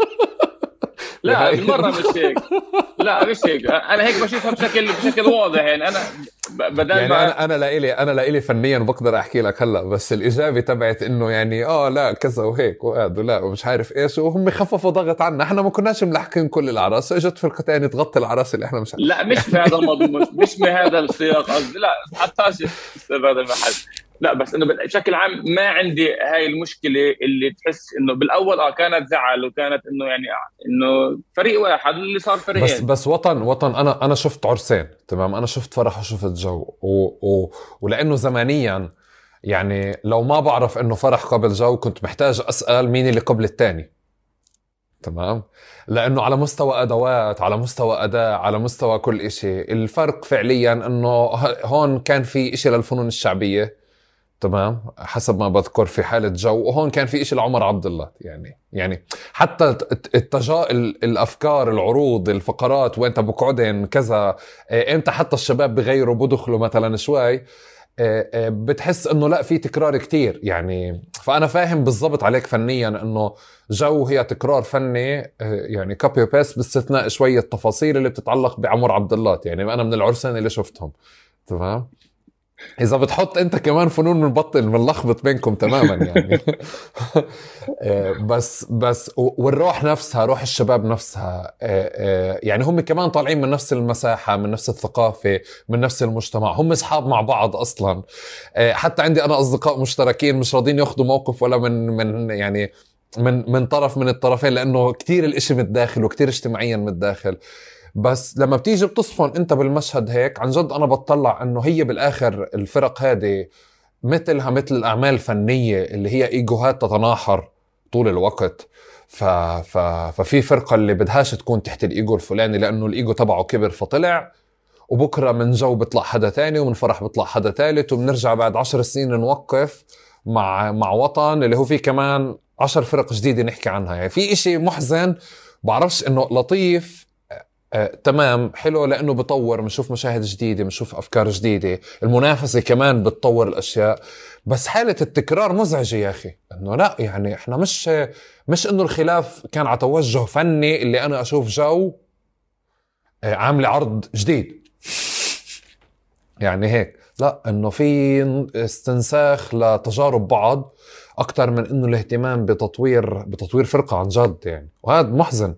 Speaker 1: لا
Speaker 2: بهاي
Speaker 1: بالمره مش هيك، لا مش هيك، انا هيك بشوفها بشكل واضح يعني. انا بدل
Speaker 2: يعني
Speaker 1: ما
Speaker 2: انا لإلي فنيا بقدر احكي لك هلا، بس الاجابه تبعت انه يعني لا كذا وهيك وهذا لا ومش عارف ايش، وهم خففوا ضغط عنا، احنا ما كناش ملحقين كل الاعراس، اجت فرقه ثانيه تغطي الاعراس اللي احنا مش
Speaker 1: لا مش
Speaker 2: يعني.
Speaker 1: بهذا المضمون، مش بهذا السياق قصدي، لا حطهاش في هذا المحل. لا بس انه بشكل عام ما عندي هاي المشكله اللي تحس انه بالاول كانت زعل، وكانت انه يعني انه فريق واحد اللي صار
Speaker 2: بس
Speaker 1: فريقين.
Speaker 2: بس وطن انا شفت عرسين تمام، انا شفت فرح وشفت جو ولانه زمانيا يعني لو ما بعرف انه فرح قبل جو كنت محتاج اسال مين اللي قبل الثاني. تمام. لانه على مستوى ادوات، على مستوى اداء، على مستوى كل اشي، الفرق فعليا انه هون كان في اشي للفنون الشعبية تمام حسب ما بذكر في حالة جو، وهون كان في اشي لعمر عبد الله. يعني حتى الافكار، العروض، الفقرات وين بقعدن كذا، امتى حتى الشباب بغيروا بدخلوا مثلا شوي، بتحس انه لا في تكرار كتير يعني. فانا فاهم بالضبط عليك فنيا انه جو هي تكرار فني، يعني كوبي بيست باستثناء شوية تفاصيل اللي بتتعلق بعمر عبد الله. يعني انا من العرسان اللي شفتهم تمام، اذا بتحط انت كمان فنون بنبطل بنلخبط بينكم تماما يعني. بس والروح نفسها، روح الشباب نفسها، يعني هم كمان طالعين من نفس المساحة، من نفس الثقافة، من نفس المجتمع، هم اصحاب مع بعض اصلا. حتى عندي انا اصدقاء مشتركين مش راضين ياخذوا موقف ولا من يعني من طرف من الطرفين، لانه كتير الاشي متداخل وكتير اجتماعيا متداخل. بس لما بتيجي بتصفن انت بالمشهد هيك عن جد انا بتطلع انه هي بالاخر الفرق هذه مثلها مثل الاعمال الفنيه اللي هي ايجوهات تتناحر طول الوقت. ففي فرقه اللي بدهاش تكون تحت الايجو الفلاني لانه الايجو تبعه كبر فطلع، وبكره من جو بيطلع حدا تاني ومن فرح بيطلع حدا ثالث، وبنرجع بعد 10 سنين نوقف مع وطن اللي هو فيه كمان 10 فرق جديده نحكي عنها. يعني في اشي محزن، بعرفش انه لطيف. تمام حلو لانه بطور، بنشوف مشاهد جديده، بنشوف افكار جديده، المنافسه كمان بتطور الاشياء. بس حاله التكرار مزعجه يا اخي، انه لا يعني احنا مش انه الخلاف كان على توجه فني اللي انا اشوف جو عامل عرض جديد يعني هيك، لا انه في استنساخ لتجارب بعض اكثر من انه الاهتمام بتطوير فرقه عن جد يعني، وهذا محزن.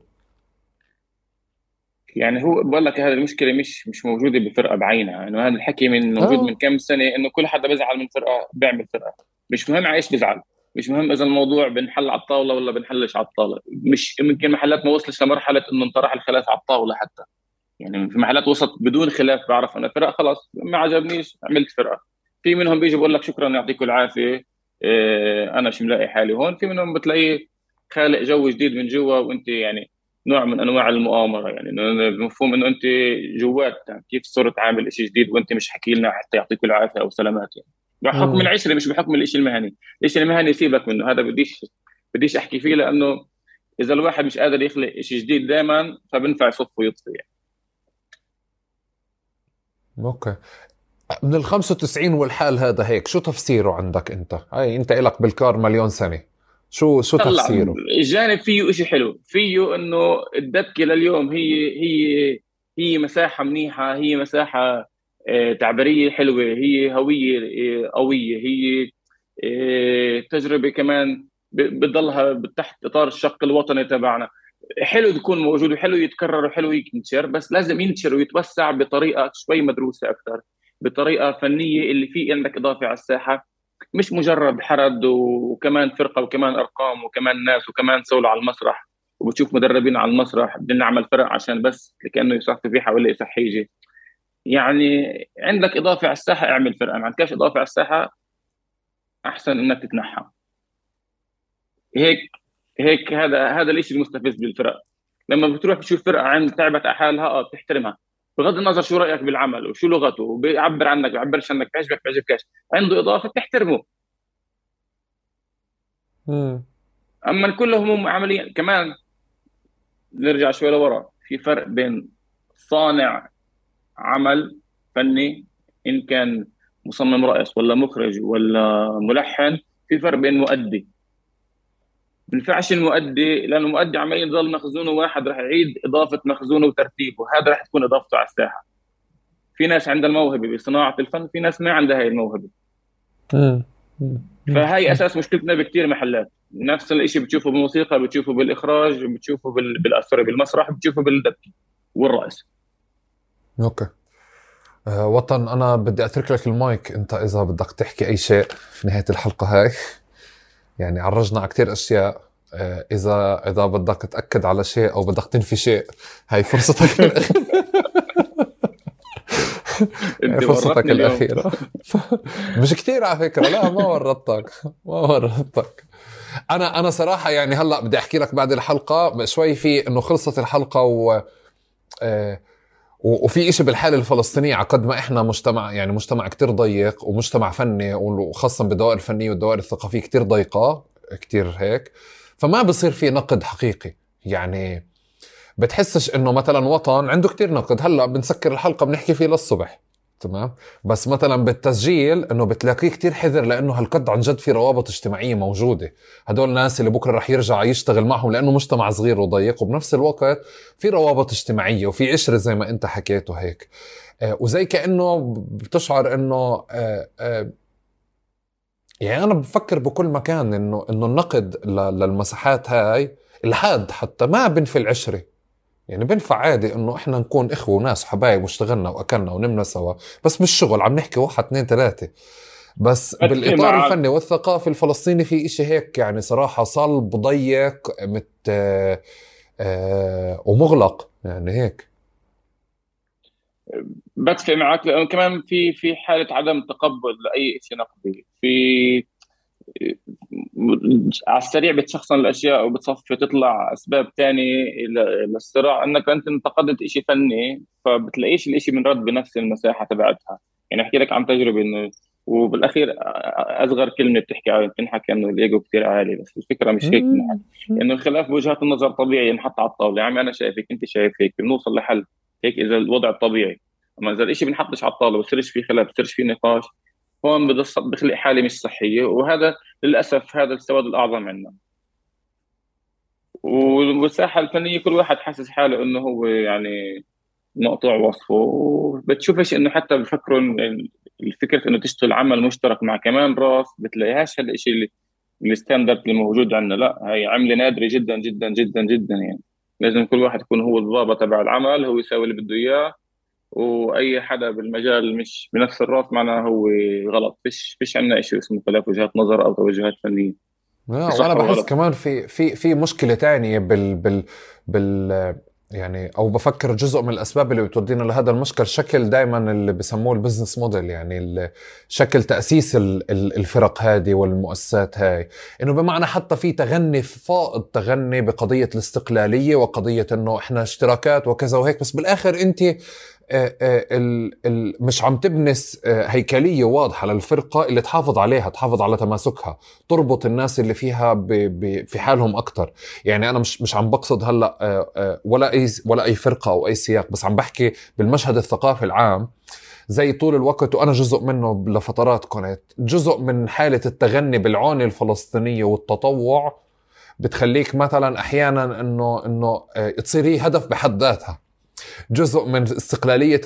Speaker 1: يعني هو بقول لك هذه المشكله مش موجوده بفرقه بعينها، انه هذا الحكي من موجود من
Speaker 2: اه
Speaker 1: كم سنه، انه كل حدا بيزعل من فرقه بيعمل فرقه. مش مهم على ايش بيزعل، مش مهم اذا الموضوع بنحل على الطاوله ولا بنحلش على الطاوله. مش يمكن محلات ما وصلش لمرحله انه انطرح الخلاف على الطاوله حتى، يعني في محلات وسط بدون خلاف بعرف انا فرق خلاص ما عجبنيش عملت فرقه. في منهم بيجي بقول لك شكرا يعطيكم العافيه، انا مش ملاقي حالي هون. في منهم بتلاقيه خالق جو جديد من جوا، وانت يعني نوع من انواع المؤامره، يعني المفهوم انه انت جوات يعني كيف صرت عامل شيء جديد وانت مش حكي لنا حتى يعطيكم العافيه او سلامات، يعني بحكم
Speaker 2: امم
Speaker 1: العشره مش بحكم الشيء المهني. الشيء المهني سيبك منه، هذا بديش احكي فيه، لانه اذا الواحد مش قادر يخلق شيء جديد دائما فبنفع يصف ويطفي يعني.
Speaker 2: اوكي. من ال 95 والحال هذا هيك شو تفسيره عندك انت؟ هاي انت إلك بالكار مليون سنة، شو
Speaker 1: طلع
Speaker 2: تفسيره؟
Speaker 1: الجانب فيه شيء حلو، فيه انه الدبكه لليوم هي مساحه منيحه، هي مساحه تعبيريه حلوه، هي هويه قويه، هي تجربه كمان بتضلها تحت اطار الشق الوطني تبعنا. حلو يكون موجود وحلو يتكرر وحلو ينتشر، بس لازم ينتشر ويتوسع بطريقه شوي مدروسه اكثر، بطريقه فنيه اللي فيه عندك اضافه على الساحه، مش مجرد حرد وكمان فرقه وكمان ارقام وكمان ناس وكمان سولو على المسرح وبتشوف مدربين على المسرح بدنا نعمل فرق عشان بس كانه يصفي فيها ولا يصحيجي. يعني عندك اضافه على الساحه اعمل فرقه، ما عندكش اضافه على الساحه احسن انك تتنحى. هيك هيك هذا الشيء المستفز بالفرق. لما بتروح تشوف فرقه عند تعبت على حالها بتحترمها بغض النظر شو رايك بالعمل وشو لغته وبيعبر عنك بيعبرش عنك، بيعجبك بيعجبكش، عنده اضافه بتحترمه.
Speaker 2: امم
Speaker 1: اما كلهم عمليا كمان نرجع شوي لورا، في فرق بين صانع عمل فني ان كان مصمم رأس ولا مخرج ولا ملحن، في فرق بين مؤدي. ما ينفعش المؤدي، لانه المؤدي عمال يضل مخزونه واحد راح يعيد اضافه مخزونه وترتيبه، هذا راح تكون اضافته على الساحه. في ناس عندها الموهبه بصناعه الفن، في ناس ما عندها هاي الموهبه.
Speaker 2: امم
Speaker 1: فهي اساس مشكلتنا بكثير محلات. نفس الشيء بتشوفه بالموسيقى، بتشوفه بالاخراج، بتشوفه سوري بالمسرح، بتشوفه بالدبكه والرقص.
Speaker 2: اوكي. وطن انا بدي اترك لك المايك انت اذا بدك تحكي اي شيء في نهاية الحلقة هاي. يعني عرجنا على كتير اشياء. اذا بدك تاكد على شيء او بدك تنفي شيء، هاي فرصتك هاي
Speaker 1: انت
Speaker 2: فرصتك
Speaker 1: ورطني اليوم.
Speaker 2: الاخيرة. مش كتير على فكرة، لا ما ورطتك ما ورطتك. انا صراحة يعني هلا بدي احكي لك بعد الحلقة شوي في انه خلصت الحلقة آه، وفي إشي بالحالة الفلسطينية على قد ما إحنا مجتمع يعني مجتمع كتير ضيق ومجتمع فني، وخاصة بالدوائر الفنية والدوائر الثقافية كتير ضيقة كتير هيك، فما بصير في نقد حقيقي. يعني بتحسش إنه مثلا وطن عنده كتير نقد، هلأ بنسكر الحلقة بنحكي فيه للصبح تمام، بس مثلا بالتسجيل انه بتلاقيه كتير حذر لانه هالقد عن جد في روابط اجتماعية موجودة. هدول الناس اللي بكرة رح يرجع يشتغل معهم لانه مجتمع صغير وضيق، وبنفس الوقت في روابط اجتماعية وفي عشرة زي ما انت حكيته هيك. وزي كأنه بتشعر انه يعني انا بفكر بكل مكان انه النقد للمساحات هاي الحاد حتى ما بنفي العشرة. يعني بنفع عادي انه احنا نكون اخوة وناس حبايب واشتغلنا واكلنا ونمنا سوا، بس بالشغل عم نحكي 1 2 3. بس
Speaker 1: اتفق
Speaker 2: بالاطار
Speaker 1: معك.
Speaker 2: الفني والثقافي الفلسطيني في اشي هيك يعني صراحة صلب ضيق ومغلق يعني هيك.
Speaker 1: بتفق معك، لانه كمان في حاله عدم تقبل لاي شيء نقدي. على السريع بتشخصن الاشياء وبتصفي تطلع اسباب تانية للصراع، انك انت انتقدت شيء فني فبتلاقيش الاشي بنرد بنفس المساحه تبعتها. يعني احكي لك عن تجربه انه، وبالاخير اصغر كلمه بتنحكى انه الايجو كثير عالي، بس الفكره مش هيك تنحكى. انه الخلاف بوجهات النظر طبيعي ينحط على الطاوله، يعني انا شايف هيك انت شايف هيك، بنوصل لحل هيك اذا الوضع الطبيعي. اما اذا الاشي بنحطش على الطاوله بصيرش في خلاف بصيرش في نقاش، هون بخلق حاله مش صحيه، وهذا للاسف هذا السواد الاعظم عندنا. والساحه الفنيه كل واحد حاسس حاله انه هو يعني مقطوع وصفه. بتشوفش انه حتى بفكروا إن الفكره انه تشتغل عمل مشترك مع كمان راس، بتلاقيهاش هالشيء اللي الستاندرد اللي موجود عندنا. لا، هي عمله نادره جدا جدا جدا جدا يعني. لازم كل واحد يكون هو الضابط تبع العمل، هو يسوي اللي بده اياه، واي حدا بالمجال مش بنفس الراس معناه هو غلط. فيش عندنا شيء اسمه خلاف وجهات نظر او توجهات فنيه،
Speaker 2: لا،
Speaker 1: في
Speaker 2: وانا
Speaker 1: صح
Speaker 2: بحس
Speaker 1: وغلط.
Speaker 2: كمان في مشكله تانية بال يعني، او بفكر جزء من الاسباب اللي بتودينا لهذا المشكل شكل دائما اللي بسموه البزنس موديل، يعني شكل تاسيس الفرق هذه والمؤسسات هاي. انه بمعنى حتى في تغني فائض تغني بقضيه الاستقلاليه وقضيه انه احنا اشتراكات وكذا وهيك، بس بالاخر انت مش عم تبنس هيكليه واضحه للفرقه اللي تحافظ عليها، تحافظ على تماسكها، تربط الناس اللي فيها في حالهم اكتر. يعني انا مش عم بقصد هلا ولا اي فرقه او اي سياق، بس عم بحكي بالمشهد الثقافي العام. زي طول الوقت، وانا جزء منه لفترات، كنت جزء من حاله التغني بالعونه الفلسطينيه والتطوع، بتخليك مثلا احيانا انه تصير هي هدف بحد ذاتها، جزء من استقلالية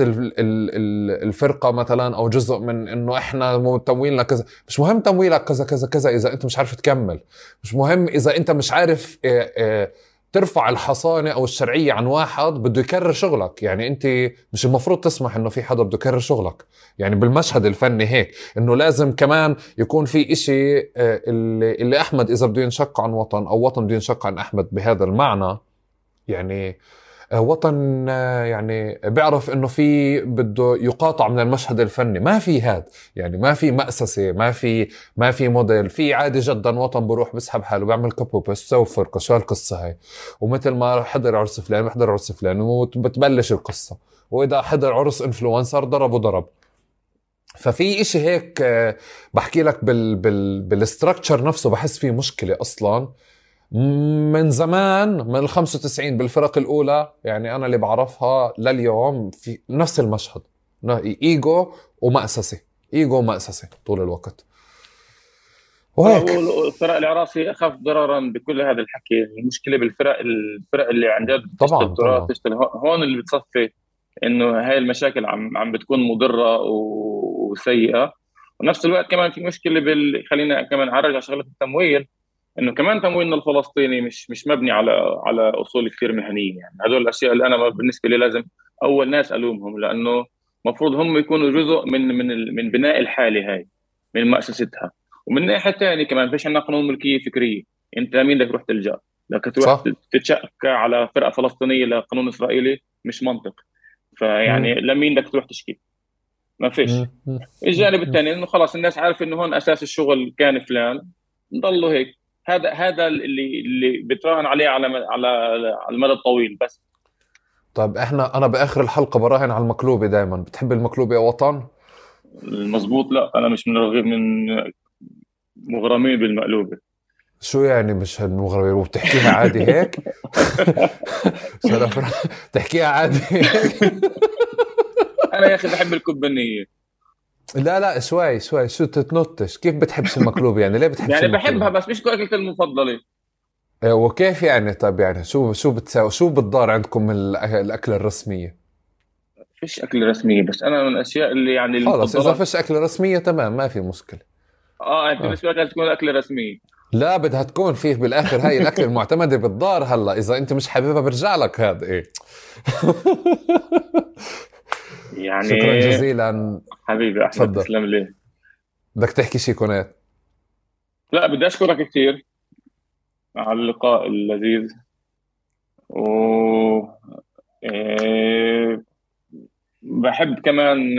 Speaker 2: الفرقة مثلا، أو جزء من إنه إحنا تمويلنا كذا. مش مهم تمويلك كذا كذا كذا إذا أنت مش عارف تكمل. مش مهم إذا أنت مش عارف ترفع الحصانة أو الشرعية عن واحد بده يكرر شغلك. يعني أنت مش المفروض تسمح إنه في حدا بده يكرر شغلك. يعني بالمشهد الفني هيك، إنه لازم كمان يكون في إشي اللي أحمد إذا بده ينشق عن وطن، أو وطن بده ينشق عن أحمد بهذا المعنى. يعني وطن يعني بيعرف انه في بده يقاطع من المشهد الفني، ما في هاد. يعني ما في مأسسة، ما في موديل، في عادي جدا وطن بروح بسحب حاله بيعمل كابو بس سوي فرقة. شو هالقصة هاي؟ ومثل ما حضر عرس فلان بحضر عرس فلان وبتبلش القصة. واذا حضر عرس انفلونسر ضرب. ففي اشي هيك بحكي لك بالستركتشر نفسه بحس فيه مشكلة اصلا من زمان، من ال 95 بالفرق الأولى. يعني أنا اللي بعرفها لليوم في نفس المشهد، إيجو ومأسسة، إيجو ومأسسة طول الوقت وهيك.
Speaker 1: والفرق العراقي اخف ضررا بكل هذا الحكي. المشكله الفرق اللي عن جد تشتغل
Speaker 2: طبعا
Speaker 1: تراث،
Speaker 2: طبعا.
Speaker 1: تشتغل هون اللي بتصفي انه هاي المشاكل عم بتكون مضره وسيئه. ونفس الوقت كمان في مشكله خلينا كمان نعرج على شغله التمويل. انه كمان تمويلنا الفلسطيني مش مبني على اصول كثير مهنيه. يعني هدول الاشياء اللي انا بالنسبه لي لازم اول ناس الومهم، لانه المفروض هم يكونوا جزء من بناء الحاله هاي، من مؤسستها. ومن ناحيه ثانيه كمان فيش عندنا قانون ملكيه فكريه. انت مين بدك تروح تلجا؟ بدك تروح
Speaker 2: صح.
Speaker 1: تتشكى على فرقه فلسطينيه لقانون اسرائيلي؟ مش منطق. فيعني
Speaker 2: مم.
Speaker 1: لمين بدك تروح تشكي؟ ما
Speaker 2: مم.
Speaker 1: فيش.
Speaker 2: مم.
Speaker 1: الجانب
Speaker 2: مم.
Speaker 1: الثاني انه خلاص الناس عارفه انه هون اساس الشغل كان فلان، نضلوا هيك. هذا اللي بتراهن عليه على المدى الطويل بس.
Speaker 2: طيب انا باخر الحلقة براهن على المقلوبة. دايما بتحب المقلوبة يا وطن؟
Speaker 1: المزبوط، لا انا مش من مغرمين بالمقلوبه.
Speaker 2: شو يعني مش هالمغربي وبتحكيها عادي هيك؟ شرف تحكيها عادي هيك.
Speaker 1: انا يا اخي بحب الكوبانيه.
Speaker 2: لا شوي شو تتنطش؟ كيف بتحبش المقلوبة؟ يعني ليه بتحبش
Speaker 1: يعني بحبها
Speaker 2: المقلوبة؟
Speaker 1: بس مش اكلتي المفضله.
Speaker 2: وكيف يعني؟ طب يعني شو بتساوي؟ شو بتضار عندكم من الأكلة الرسمية؟
Speaker 1: فيش اكل رسميه، بس انا من الاشياء اللي يعني
Speaker 2: خلص إذا
Speaker 1: المفضله.
Speaker 2: فيش أكلة رسمية تمام، ما في مشكلة.
Speaker 1: اه، انت
Speaker 2: آه.
Speaker 1: بالنسبه لك لازم تكون اكله رسميه.
Speaker 2: لا، بدها تكون فيه بالآخر. هاي الأكلة المعتمدة بالدار. هلا إذا أنت مش حاببها برجع لك هذا إيه. شكرا
Speaker 1: يعني
Speaker 2: جزيلا.
Speaker 1: حبيبي احمد،
Speaker 2: تفضل.
Speaker 1: تسلم لي.
Speaker 2: بدك تحكي شي كونات؟
Speaker 1: لا، بدي اشكرك كثير على اللقاء اللذيذ. و إيه، بحب كمان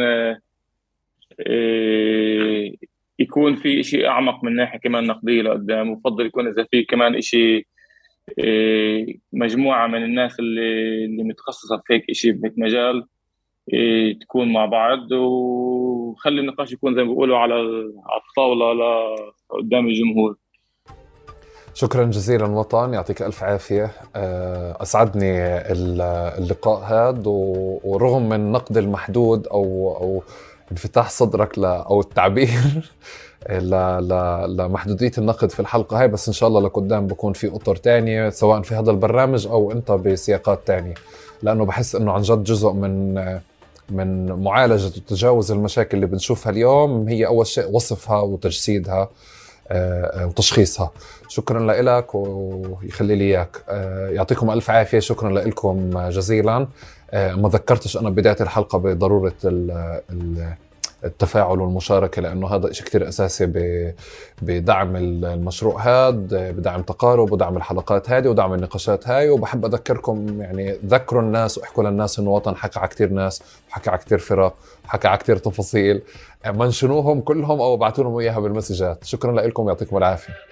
Speaker 1: آه، يكون في شيء أعمق من ناحية كمان نقدية لقدام. وبفضل يكون إذا في كمان شيء مجموعة من الناس اللي متخصصة في هيك شيء بهيك مجال، تكون مع بعض، وخلي النقاش يكون زي ما بيقولوا على الطاولة قدام الجمهور.
Speaker 2: شكرا جزيلا وطن، يعطيك ألف عافية. أسعدني اللقاء هذا، ورغم من نقد المحدود أو انفتاح صدرك أو التعبير لمحدودية النقد في الحلقة هاي، بس إن شاء الله لقدام بكون في أطر تانية سواء في هذا البرنامج أو أنت بسياقات تانية، لأنه بحس إنه عن جد جزء من معالجة وتجاوز المشاكل اللي بنشوفها اليوم هي أول شيء وصفها وتجسيدها وتشخيصها. شكرا لك ويخلي لي إياك. يعطيكم ألف عافية. شكرا لكم جزيلا. ما ذكرتش أنا بداية الحلقة بضرورة التفاعل والمشاركة، لأنه هذا إشي كتير أساسي بدعم المشروع هذا، بدعم تقارب ودعم الحلقات هذه ودعم النقاشات هاي. وبحب أذكركم يعني ذكروا الناس واحكوا للناس إنه وطن حكى على كتير ناس، وحكى على كتير فرق، وحكى على كتير تفاصيل. منشنوهم كلهم أو ابعتوا لهم إياها بالمسجات. شكرا لكم، يعطيكم العافية.